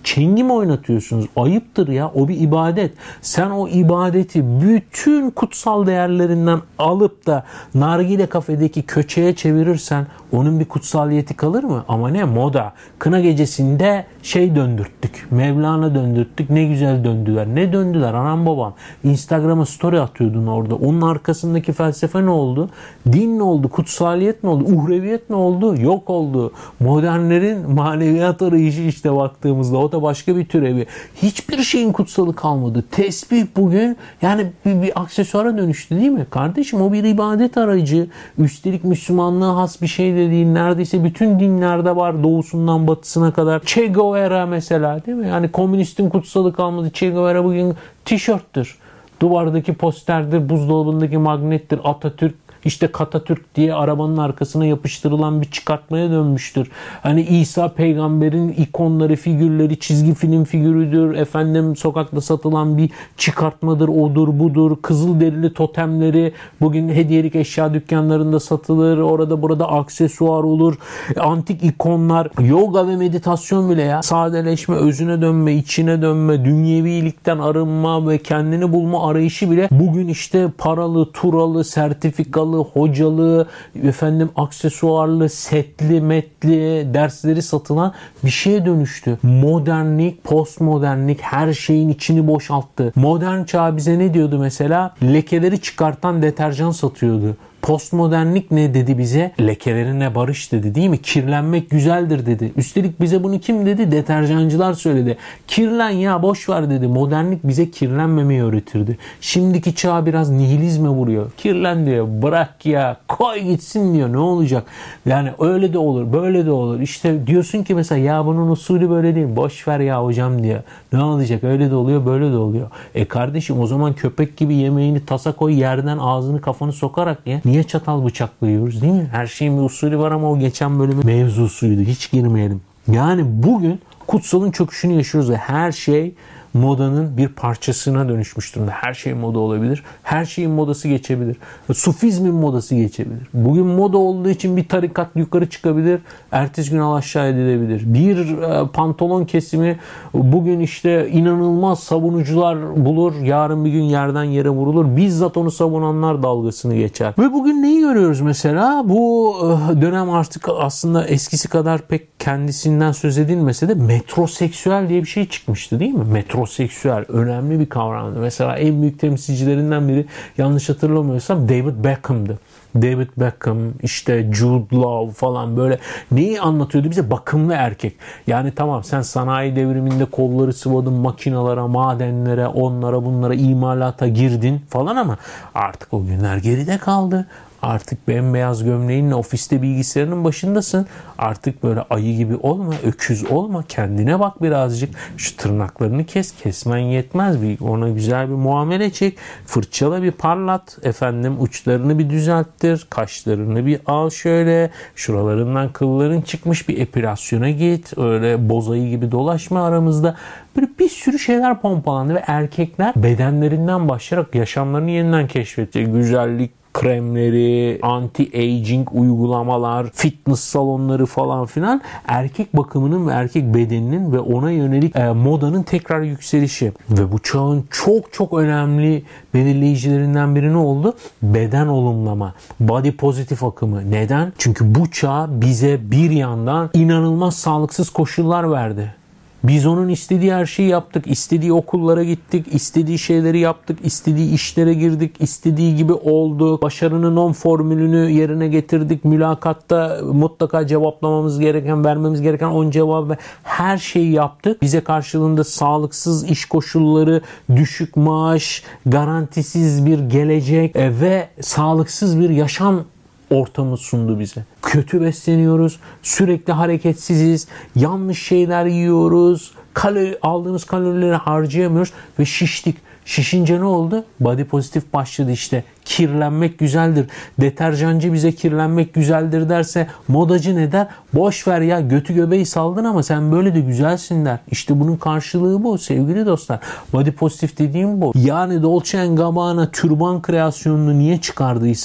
Çengi mi oynatıyorsunuz? Ayıptır ya. O bir ibadet. Sen o ibadeti bütün kutsal değerlerinden alıp da nargile kafedeki köçeye çevirirsen onun bir kutsaliyeti kalır mı? Ama ne? Moda. Kına gecesinde şey döndürttük. Mevlana döndürttük. Ne güzel döndüler. Ne döndüler anam babam? Instagram'a story atıyordun orada. Onun arkasındaki felsefe ne oldu? Din ne oldu? Kutsaliyet ne oldu? Uhreviyet ne oldu? Yok oldu. Modernlerin maneviyat arayışı işte baktığımızda. O da başka bir türevi. Hiçbir şeyin kutsalı kalmadı. Tesbih bugün yani bir, bir aksesuara dönüştü değil mi? Kardeşim o bir ibadet aracı. Üstelik Müslümanlığa has bir şey de değil. Neredeyse bütün dinlerde var. Doğusundan batısına kadar. Che Guevara mesela değil mi? Yani komünistin kutsalı kalmadı. Che Guevara bugün tişörttür. Duvardaki posterdir. Buzdolabındaki magnettir. Atatürk İşte Katatürk diye arabanın arkasına yapıştırılan bir çıkartmaya dönmüştür. Hani İsa peygamberin ikonları, figürleri, çizgi film figürüdür. Efendim sokakta satılan bir çıkartmadır, odur budur. Kızılderili totemleri bugün hediyelik eşya dükkanlarında satılır. Orada burada aksesuar olur. Antik ikonlar, yoga ve meditasyon bile ya. Sadeleşme, özüne dönme, içine dönme, dünyevilikten arınma ve kendini bulma arayışı bile bugün işte paralı, turalı, sertifikalı, hocalı, efendim aksesuarlı, setli, metli dersleri satılan bir şeye dönüştü. Modernlik, postmodernlik her şeyin içini boşalttı. Modern çağ bize ne diyordu mesela? Lekeleri çıkartan deterjan satıyordu. Postmodernlik ne dedi bize? Lekelerine barış dedi değil mi? Kirlenmek güzeldir dedi. Üstelik bize bunu kim dedi? Deterjancılar söyledi. Kirlen ya boş ver dedi. Modernlik bize kirlenmemeyi öğretirdi. Şimdiki çağ biraz nihilizme vuruyor. Kirlen diyor. Bırak ya. Koy gitsin diyor. Ne olacak? Yani öyle de olur. Böyle de olur. İşte diyorsun ki mesela ya bunun usulü böyle değil. Boş ver ya hocam diyor. Ne olacak? Öyle de oluyor. Böyle de oluyor. E kardeşim o zaman köpek gibi yemeğini tasa koy yerden ağzını kafanı sokarak ye. Niye çatal bıçakla yiyoruz değil mi? Her şeyin bir usulü var ama o geçen bölümün mevzusuydu. Hiç girmeyelim. Yani bugün kutsalın çöküşünü yaşıyoruz ve her şey modanın bir parçasına dönüşmüş durumda. Her şey moda olabilir. Her şeyin modası geçebilir. Sufizmin modası geçebilir. Bugün moda olduğu için bir tarikat yukarı çıkabilir. Ertesi gün aşağı edilebilir. Bir pantolon kesimi bugün işte inanılmaz savunucular bulur. Yarın bir gün yerden yere vurulur. Bizzat onu savunanlar dalgasını geçer. Ve bugün neyi görüyoruz mesela? Bu dönem artık aslında eskisi kadar pek kendisinden söz edilmese de metroseksüel diye bir şey çıkmıştı değil mi? Metro Metroseksüel önemli bir kavramdı. Mesela en büyük temsilcilerinden biri yanlış hatırlamıyorsam David Beckham'dı. David Beckham, işte Jude Law falan böyle neyi anlatıyordu bize? Bakımlı erkek. Yani tamam sen sanayi devriminde kolları sıvadın makinalara, madenlere, onlara bunlara imalata girdin falan ama artık o günler geride kaldı. Artık bembeyaz gömleğinle ofiste bilgisayarının başındasın. Artık böyle ayı gibi olma, öküz olma. Kendine bak birazcık. Şu tırnaklarını kes. Kesmen yetmez. Bir, ona güzel bir muamele çek. Fırçala bir parlat. Efendim uçlarını bir düzelttir. Kaşlarını bir al şöyle. Şuralarından kılların çıkmış bir epilasyona git. Öyle bozayı gibi dolaşma aramızda. Böyle bir sürü şeyler pompalandı ve erkekler bedenlerinden başlayarak yaşamlarını yeniden keşfedecek. Güzellik kremleri, anti-aging uygulamalar, fitness salonları falan filan erkek bakımının ve erkek bedeninin ve ona yönelik e, modanın tekrar yükselişi. Ve bu çağın çok çok önemli belirleyicilerinden biri ne oldu? Beden olumlama. Body positive akımı. Neden? Çünkü bu çağ bize bir yandan inanılmaz sağlıksız koşullar verdi. Biz onun istediği her şeyi yaptık. İstediği okullara gittik. İstediği şeyleri yaptık. İstediği işlere girdik. İstediği gibi oldu. Başarının on formülünü yerine getirdik. Mülakatta mutlaka cevaplamamız gereken, vermemiz gereken on cevabı her şeyi yaptık. Bize karşılığında sağlıksız iş koşulları, düşük maaş, garantisiz bir gelecek ve sağlıksız bir yaşam ortamı sundu bize. Kötü besleniyoruz, sürekli hareketsiziz, yanlış şeyler yiyoruz, kalori, aldığımız kalorileri harcayamıyoruz ve şiştik. Şişince ne oldu? Body pozitif başladı işte. Kirlenmek güzeldir. Deterjancı bize kirlenmek güzeldir derse modacı ne der? Boş ver ya götü göbeği saldın ama sen böyle de güzelsin der. İşte bunun karşılığı bu sevgili dostlar. Body pozitif dediğim bu. Yani Dolce and Gabbana türban kreasyonunu niye çıkardıysa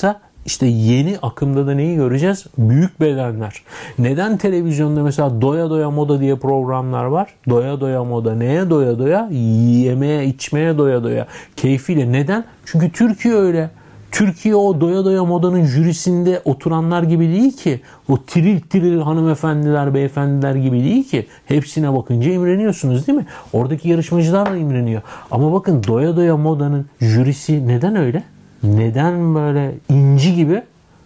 işte yeni akımda da neyi göreceğiz? Büyük bedenler. Neden televizyonda mesela doya doya moda diye programlar var? Doya doya moda. Neye doya doya? Yemeye, içmeye doya doya. Keyfiyle. Neden? Çünkü Türkiye öyle. Türkiye o doya doya modanın jürisinde oturanlar gibi değil ki. O tiril tiril hanımefendiler, beyefendiler gibi değil ki. Hepsine bakınca imreniyorsunuz değil mi? Oradaki yarışmacılar da imreniyor. Ama bakın doya doya modanın jürisi neden öyle? Neden böyle inci gibi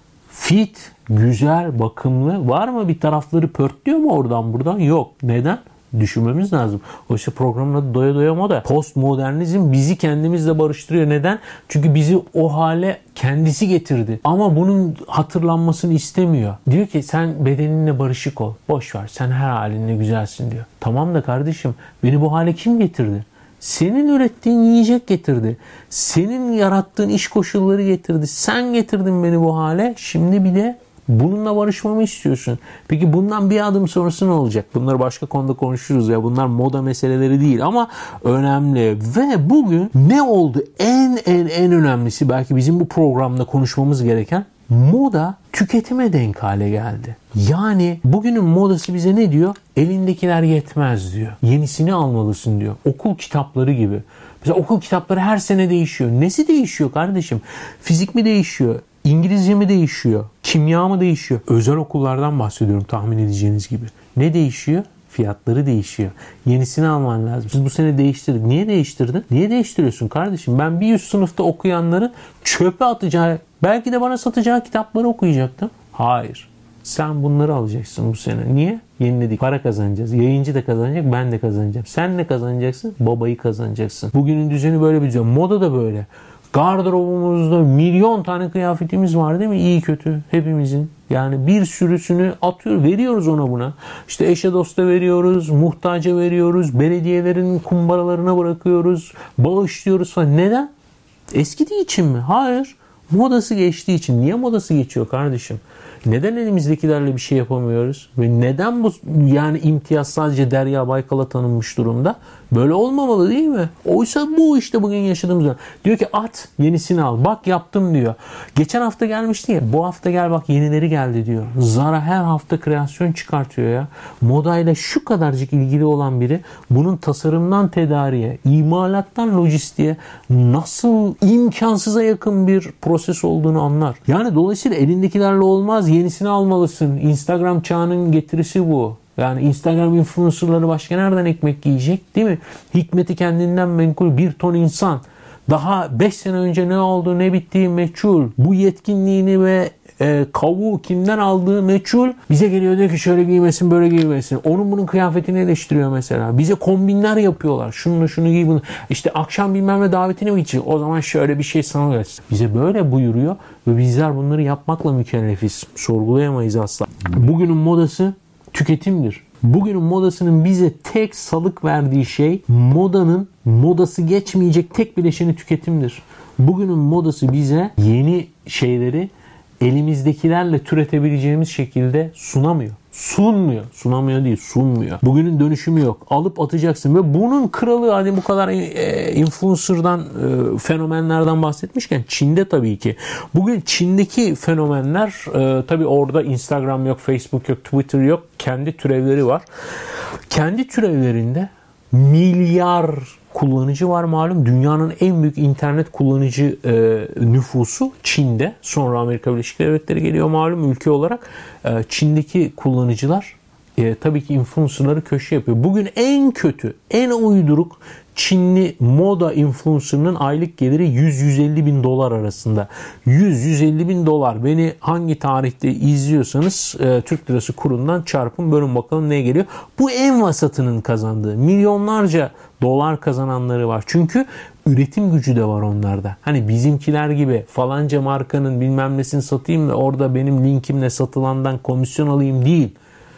fit, güzel, bakımlı? Var mı bir tarafları pörtlüyor mu oradan buradan? Yok. Neden? Düşünmemiz lazım. Oysa programın adı doya doya moda. Postmodernizm bizi kendimizle barıştırıyor. Neden? Çünkü bizi o hale kendisi getirdi. Ama bunun hatırlanmasını istemiyor. Diyor ki sen bedeninle barışık ol. Boş ver. Sen her halinle güzelsin diyor. Tamam da kardeşim beni bu hale kim getirdi? Senin ürettiğin yiyecek getirdi. Senin yarattığın iş koşulları getirdi. Sen getirdin beni bu hale. Şimdi bir de bununla barışmamı istiyorsun. Peki bundan bir adım sonrası ne olacak? Bunları başka konuda konuşuruz ya. Bunlar moda meseleleri değil ama önemli. Ve bugün ne oldu? En en en önemlisi belki bizim bu programda konuşmamız gereken moda tüketime denk hale geldi. Yani bugünün modası bize ne diyor? Elindekiler yetmez diyor. Yenisini almalısın diyor. Okul kitapları gibi. Mesela okul kitapları her sene değişiyor. Nesi değişiyor kardeşim? Fizik mi değişiyor? İngilizce mi değişiyor? Kimya mı değişiyor? Özel okullardan bahsediyorum tahmin edeceğiniz gibi. Ne değişiyor? Fiyatları değişiyor. Yenisini alman lazım. Siz bu sene değiştirdik. Niye değiştirdin? Niye değiştiriyorsun kardeşim? Ben bir yüz sınıfta okuyanları çöpe atacağı, belki de bana satacağı kitapları okuyacaktım. Hayır. Sen bunları alacaksın bu sene. Niye? Yeniledik. Para kazanacağız. Yayıncı da kazanacak, ben de kazanacağım. Sen ne kazanacaksın? Babayı kazanacaksın. Bugünün düzeni böyle bir düzen. Moda da böyle. Gardırobumuzda milyon tane kıyafetimiz var değil mi? İyi kötü hepimizin. Yani bir sürüsünü atıyor, veriyoruz ona buna. İşte eşe dosta veriyoruz, muhtaca veriyoruz, belediyelerin kumbaralarına bırakıyoruz, bağışlıyoruz falan. Neden? Eskidiği için mi? Hayır. Modası geçtiği için. Niye modası geçiyor kardeşim? Neden elimizdekilerle bir şey yapamıyoruz? Ve neden bu yani imtiyaz sadece Derya Baykal'a tanınmış durumda? Böyle olmamalı değil mi? Oysa bu işte bugün yaşadığımız. Diyor ki at yenisini al. Bak yaptım diyor. Geçen hafta gelmişti ya. Bu hafta gel bak yenileri geldi diyor. Zara her hafta kreasyon çıkartıyor ya. Modayla şu kadarcık ilgili olan biri bunun tasarımdan tedariğe, imalattan lojistiğe nasıl imkansıza yakın bir proses olduğunu anlar. Yani dolayısıyla elindekilerle olmaz. Yenisini almalısın. Instagram çağının getirisi bu. Yani Instagram influencerları başka nereden ekmek yiyecek değil mi? Hikmeti kendinden menkul bir ton insan. Daha beş sene önce ne oldu ne bittiği meçhul. Bu yetkinliğini ve e, kavuğu kimden aldığı meçhul. Bize geliyor diyor ki şöyle giymesin böyle giymesin. Onun bunun kıyafetini eleştiriyor mesela. Bize kombinler yapıyorlar. Şunu şunu giy bunu. İşte akşam bilmem ne davetine mi gidecek? O zaman şöyle bir şey sana versin. Bize böyle buyuruyor ve bizler bunları yapmakla mükellefiz. Sorgulayamayız asla. Bugünün modası tüketimdir. Bugünün modasının bize tek salık verdiği şey modanın modası geçmeyecek tek bileşeni tüketimdir. Bugünün modası bize yeni şeyleri elimizdekilerle türetebileceğimiz şekilde sunamıyor. Sunmuyor. Sunamıyor değil, sunmuyor. Bugünün dönüşümü yok. Alıp atacaksın ve bunun kralı hani bu kadar e, influencer'dan, e, fenomenlerden bahsetmişken Çin'de tabii ki. Bugün Çin'deki fenomenler e, tabii orada Instagram yok, Facebook yok, Twitter yok. Kendi türevleri var. Kendi türevlerinde milyar kullanıcı var malum. Dünyanın en büyük internet kullanıcı e, nüfusu Çin'de. Sonra Amerika Birleşik Devletleri geliyor malum ülke olarak. E, Çin'deki kullanıcılar e, tabii ki influencerları köşe yapıyor. Bugün en kötü, en uyduruk Çinli moda influencer'ının aylık geliri yüz yüz elli bin dolar arasında. yüz yüz elli bin dolar. Beni hangi tarihte izliyorsanız e, Türk lirası kurundan çarpın bölün bakalım neye geliyor. Bu en vasatının kazandığı. Milyonlarca dolar kazananları var. Çünkü üretim gücü de var onlarda. Hani bizimkiler gibi falanca markanın bilmem nesini satayım da orada benim linkimle satılandan komisyon alayım değil.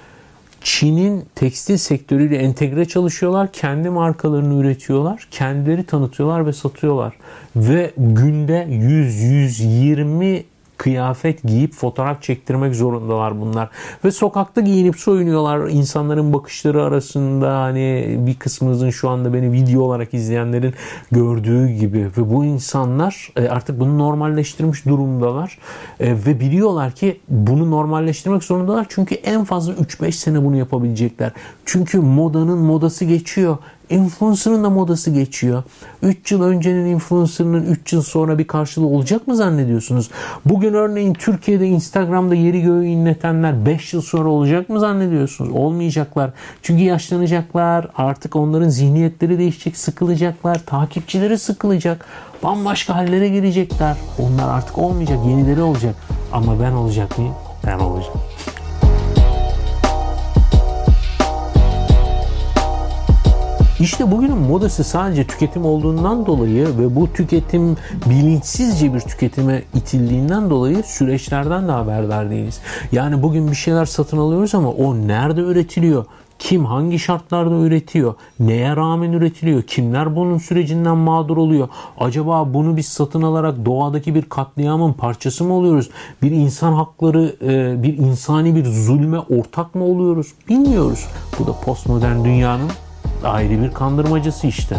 Çin'in tekstil sektörüyle entegre çalışıyorlar. Kendi markalarını üretiyorlar. Kendileri tanıtıyorlar ve satıyorlar. Ve günde yüz yüz yirmi kıyafet giyip fotoğraf çektirmek zorundalar bunlar. Ve sokakta giyinip soyunuyorlar insanların bakışları arasında, hani bir kısmınızın şu anda beni video olarak izleyenlerin gördüğü gibi. Ve bu insanlar artık bunu normalleştirmiş durumdalar. Ve biliyorlar ki bunu normalleştirmek zorundalar. Çünkü en fazla üç beş sene bunu yapabilecekler. Çünkü modanın modası geçiyor. Influencer'ın da modası geçiyor. üç yıl öncenin influencer'ının üç yıl sonra bir karşılığı olacak mı zannediyorsunuz? Bugün örneğin Türkiye'de Instagram'da yeri göğü inletenler beş yıl sonra olacak mı zannediyorsunuz? Olmayacaklar. Çünkü yaşlanacaklar. Artık onların zihniyetleri değişecek. Sıkılacaklar. Takipçileri sıkılacak. Bambaşka hallere girecekler. Onlar artık olmayacak. Yenileri olacak. Ama ben olacak mıyım? Ben olacağım. İşte bugünün modası sadece tüketim olduğundan dolayı ve bu tüketim bilinçsizce bir tüketime itildiğinden dolayı süreçlerden de haberdar değiliz. Yani bugün bir şeyler satın alıyoruz ama o nerede üretiliyor? Kim hangi şartlarda üretiyor? Neye rağmen üretiliyor? Kimler bunun sürecinden mağdur oluyor? Acaba bunu biz satın alarak doğadaki bir katliamın parçası mı oluyoruz? Bir insan hakları, bir insani bir zulme ortak mı oluyoruz? Bilmiyoruz. Bu da postmodern dünyanın ayrı bir kandırmacası işte.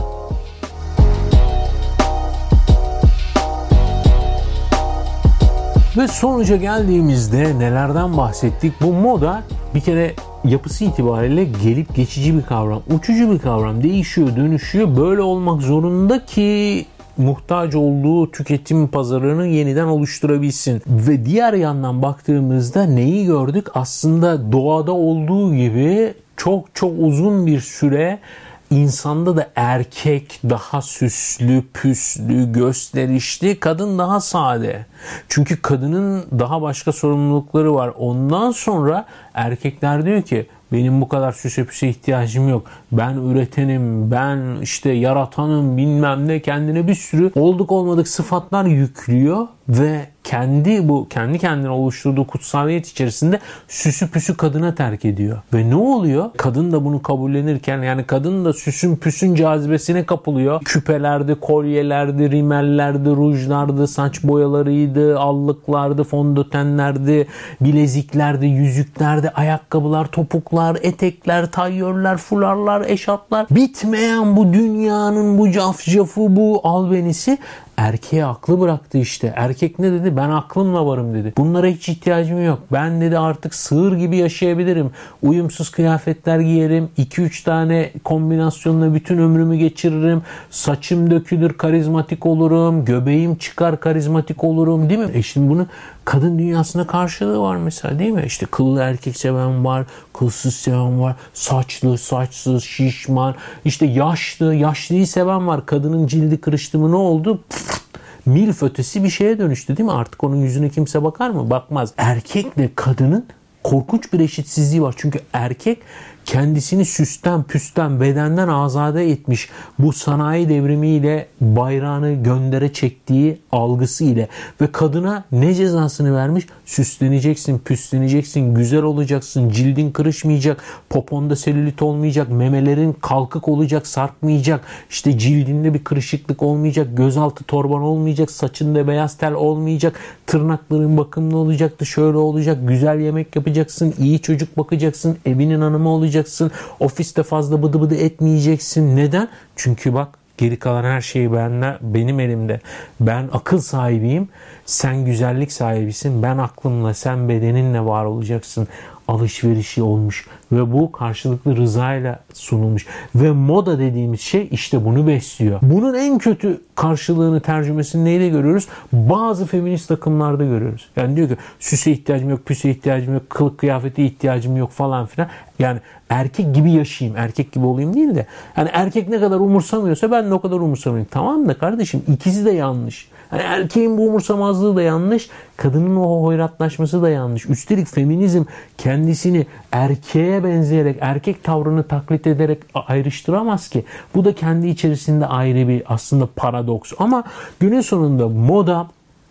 Ve sonuca geldiğimizde nelerden bahsettik? Bu moda bir kere yapısı itibariyle gelip geçici bir kavram, uçucu bir kavram. Değişiyor, dönüşüyor. Böyle olmak zorunda ki muhtaç olduğu tüketim pazarını yeniden oluşturabilsin. Ve diğer yandan baktığımızda neyi gördük? Aslında doğada olduğu gibi çok çok uzun bir süre insanda da erkek daha süslü, püslü, gösterişli, kadın daha sade. Çünkü kadının daha başka sorumlulukları var. Ondan sonra erkekler diyor ki benim bu kadar süse püse ihtiyacım yok. Ben üretenim, ben işte yaratanım bilmem ne, kendine bir sürü olduk olmadık sıfatlar yüklüyor ve kendi bu kendi kendine oluşturduğu kutsaliyet içerisinde süsü püsü kadına terk ediyor. Ve ne oluyor? Kadın da bunu kabullenirken, yani kadın da süsün püsün cazibesine kapılıyor. Küpelerdi, kolyelerdi, rimellerdi, rujlardı, saç boyalarıydı, allıklardı, fondötenlerdi, bileziklerdi, yüzüklerdi, ayakkabılar, topuklar, etekler, tayyörler, fularlar, eşarplar. Bitmeyen bu dünyanın bu cafcafı, bu albenisi erkeğe aklı bıraktı işte. Erkek ne dedi? Ben aklımla varım dedi. Bunlara hiç ihtiyacım yok. Ben dedi artık sığır gibi yaşayabilirim. Uyumsuz kıyafetler giyerim. iki üç tane kombinasyonla bütün ömrümü geçiririm. Saçım dökülür, karizmatik olurum. Göbeğim çıkar, karizmatik olurum. Değil mi? E şimdi bunu kadın dünyasında karşılığı var mesela, değil mi? İşte kıllı erkek seven var, kılsız seven var, saçlı, saçsız, şişman, işte yaşlı, yaşlıyı seven var. Kadının cildi kırıştı mı ne oldu? Pff, milf ötesi bir şeye dönüştü, değil mi? Artık onun yüzüne kimse bakar mı? Bakmaz. Erkekle kadının korkunç bir eşitsizliği var. Çünkü erkek kendisini süsten, püsten, bedenden azade etmiş bu sanayi devrimiyle bayrağını göndere çektiği algısı ile ve kadına ne cezasını vermiş? Süsleneceksin, püsleneceksin, güzel olacaksın, cildin kırışmayacak, poponda selülit olmayacak, memelerin kalkık olacak, sarkmayacak, işte cildinde bir kırışıklık olmayacak, gözaltı torban olmayacak, saçında beyaz tel olmayacak, tırnakların bakımlı olacaktı, şöyle olacak, güzel yemek yapacaksın, iyi çocuk bakacaksın, evinin hanımı olacaksın, ofiste fazla bıdı bıdı etmeyeceksin. Neden? Çünkü bak, geri kalan her şey bende, benim elimde. Ben akıl sahibiyim, sen güzellik sahibisin. Ben aklımla, sen bedeninle var olacaksın. Alışverişi olmuş ve bu karşılıklı rızayla sunulmuş. Ve moda dediğimiz şey işte bunu besliyor. Bunun en kötü karşılığını, tercümesini neyle görüyoruz? Bazı feminist akımlarda görüyoruz. Yani diyor ki süse ihtiyacım yok, püse ihtiyacım yok, kılık kıyafete ihtiyacım yok falan filan. Yani erkek gibi yaşayayım, erkek gibi olayım değil de. Yani erkek ne kadar umursamıyorsa ben de o kadar umursamayayım. Tamam da kardeşim, ikisi de yanlış. Yani erkeğin bu umursamazlığı da yanlış, kadının o hoyratlaşması da yanlış. Üstelik feminizm kendisini erkeğe benzeyerek, erkek tavrını taklit ederek ayrıştıramaz ki. Bu da kendi içerisinde ayrı bir aslında paradoks. Ama günün sonunda moda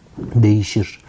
değişir.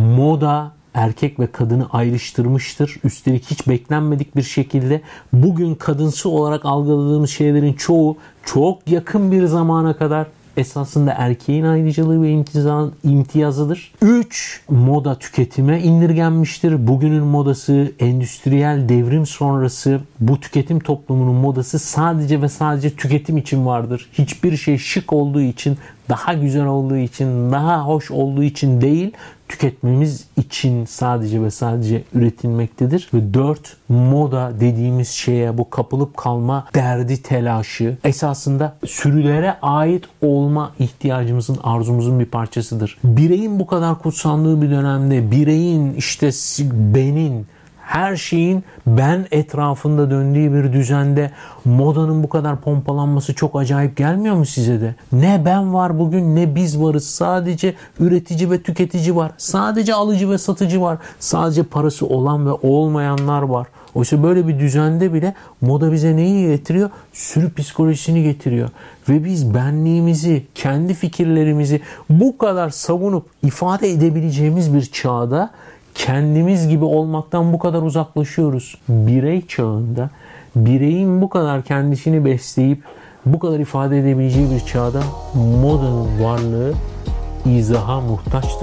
Moda erkek ve kadını ayrıştırmıştır. Üstelik hiç beklenmedik bir şekilde bugün kadınsı olarak algıladığımız şeylerin çoğu çok yakın bir zamana kadar esasında erkeğin ayrıcalığı ve imtiza, imtiyazıdır. üç Moda tüketime indirgenmiştir. Bugünün modası, endüstriyel devrim sonrası bu tüketim toplumunun modası sadece ve sadece tüketim için vardır. Hiçbir şey şık olduğu için, daha güzel olduğu için, daha hoş olduğu için değil, tüketmemiz için sadece ve sadece üretilmektedir. Ve dört Moda dediğimiz şeye, bu kapılıp kalma derdi, telaşı esasında sürülere ait olma ihtiyacımızın, arzumuzun bir parçasıdır. Bireyin bu kadar kutsandığı bir dönemde, bireyin işte benin, her şeyin ben etrafında döndüğü bir düzende modanın bu kadar pompalanması çok acayip gelmiyor mu size de? Ne ben var bugün, ne biz varız. Sadece üretici ve tüketici var. Sadece alıcı ve satıcı var. Sadece parası olan ve olmayanlar var. Oysa böyle bir düzende bile moda bize neyi getiriyor? Sürü psikolojisini getiriyor. Ve biz benliğimizi, kendi fikirlerimizi bu kadar savunup ifade edebileceğimiz bir çağda kendimiz gibi olmaktan bu kadar uzaklaşıyoruz. Birey çağında, bireyin bu kadar kendisini besleyip bu kadar ifade edebileceği bir çağda modanın varlığı izaha muhtaçtır.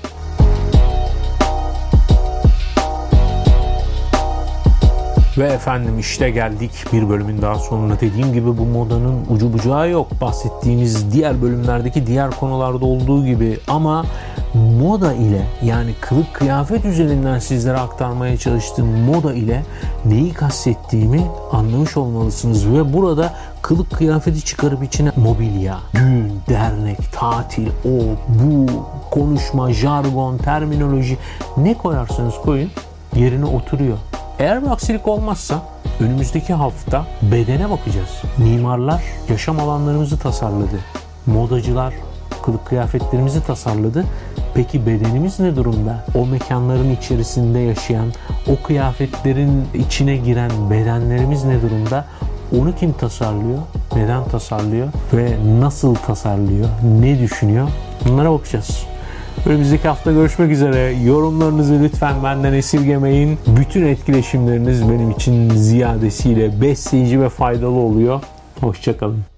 Ve efendim işte geldik bir bölümün daha sonuna. Dediğim gibi bu modanın ucu bucağı yok. Bahsettiğimiz diğer bölümlerdeki diğer konularda olduğu gibi, ama moda ile, yani kılık kıyafet üzerinden sizlere aktarmaya çalıştığım moda ile neyi kastettiğimi anlamış olmalısınız. Ve burada kılık kıyafeti çıkarıp içine mobilya, düğün, dernek, tatil, o, bu, konuşma, jargon, terminoloji, ne koyarsanız koyun yerine oturuyor. Eğer bir aksilik olmazsa önümüzdeki hafta bedene bakacağız. Mimarlar yaşam alanlarımızı tasarladı. Modacılar kılık kıyafetlerimizi tasarladı. Peki bedenimiz ne durumda? O mekanların içerisinde yaşayan, o kıyafetlerin içine giren bedenlerimiz ne durumda? Onu kim tasarlıyor? Neden tasarlıyor? Ve nasıl tasarlıyor? Ne düşünüyor? Bunlara bakacağız. Önümüzdeki hafta görüşmek üzere. Yorumlarınızı lütfen benden esirgemeyin. Bütün etkileşimleriniz benim için ziyadesiyle besleyici ve faydalı oluyor. Hoşça kalın.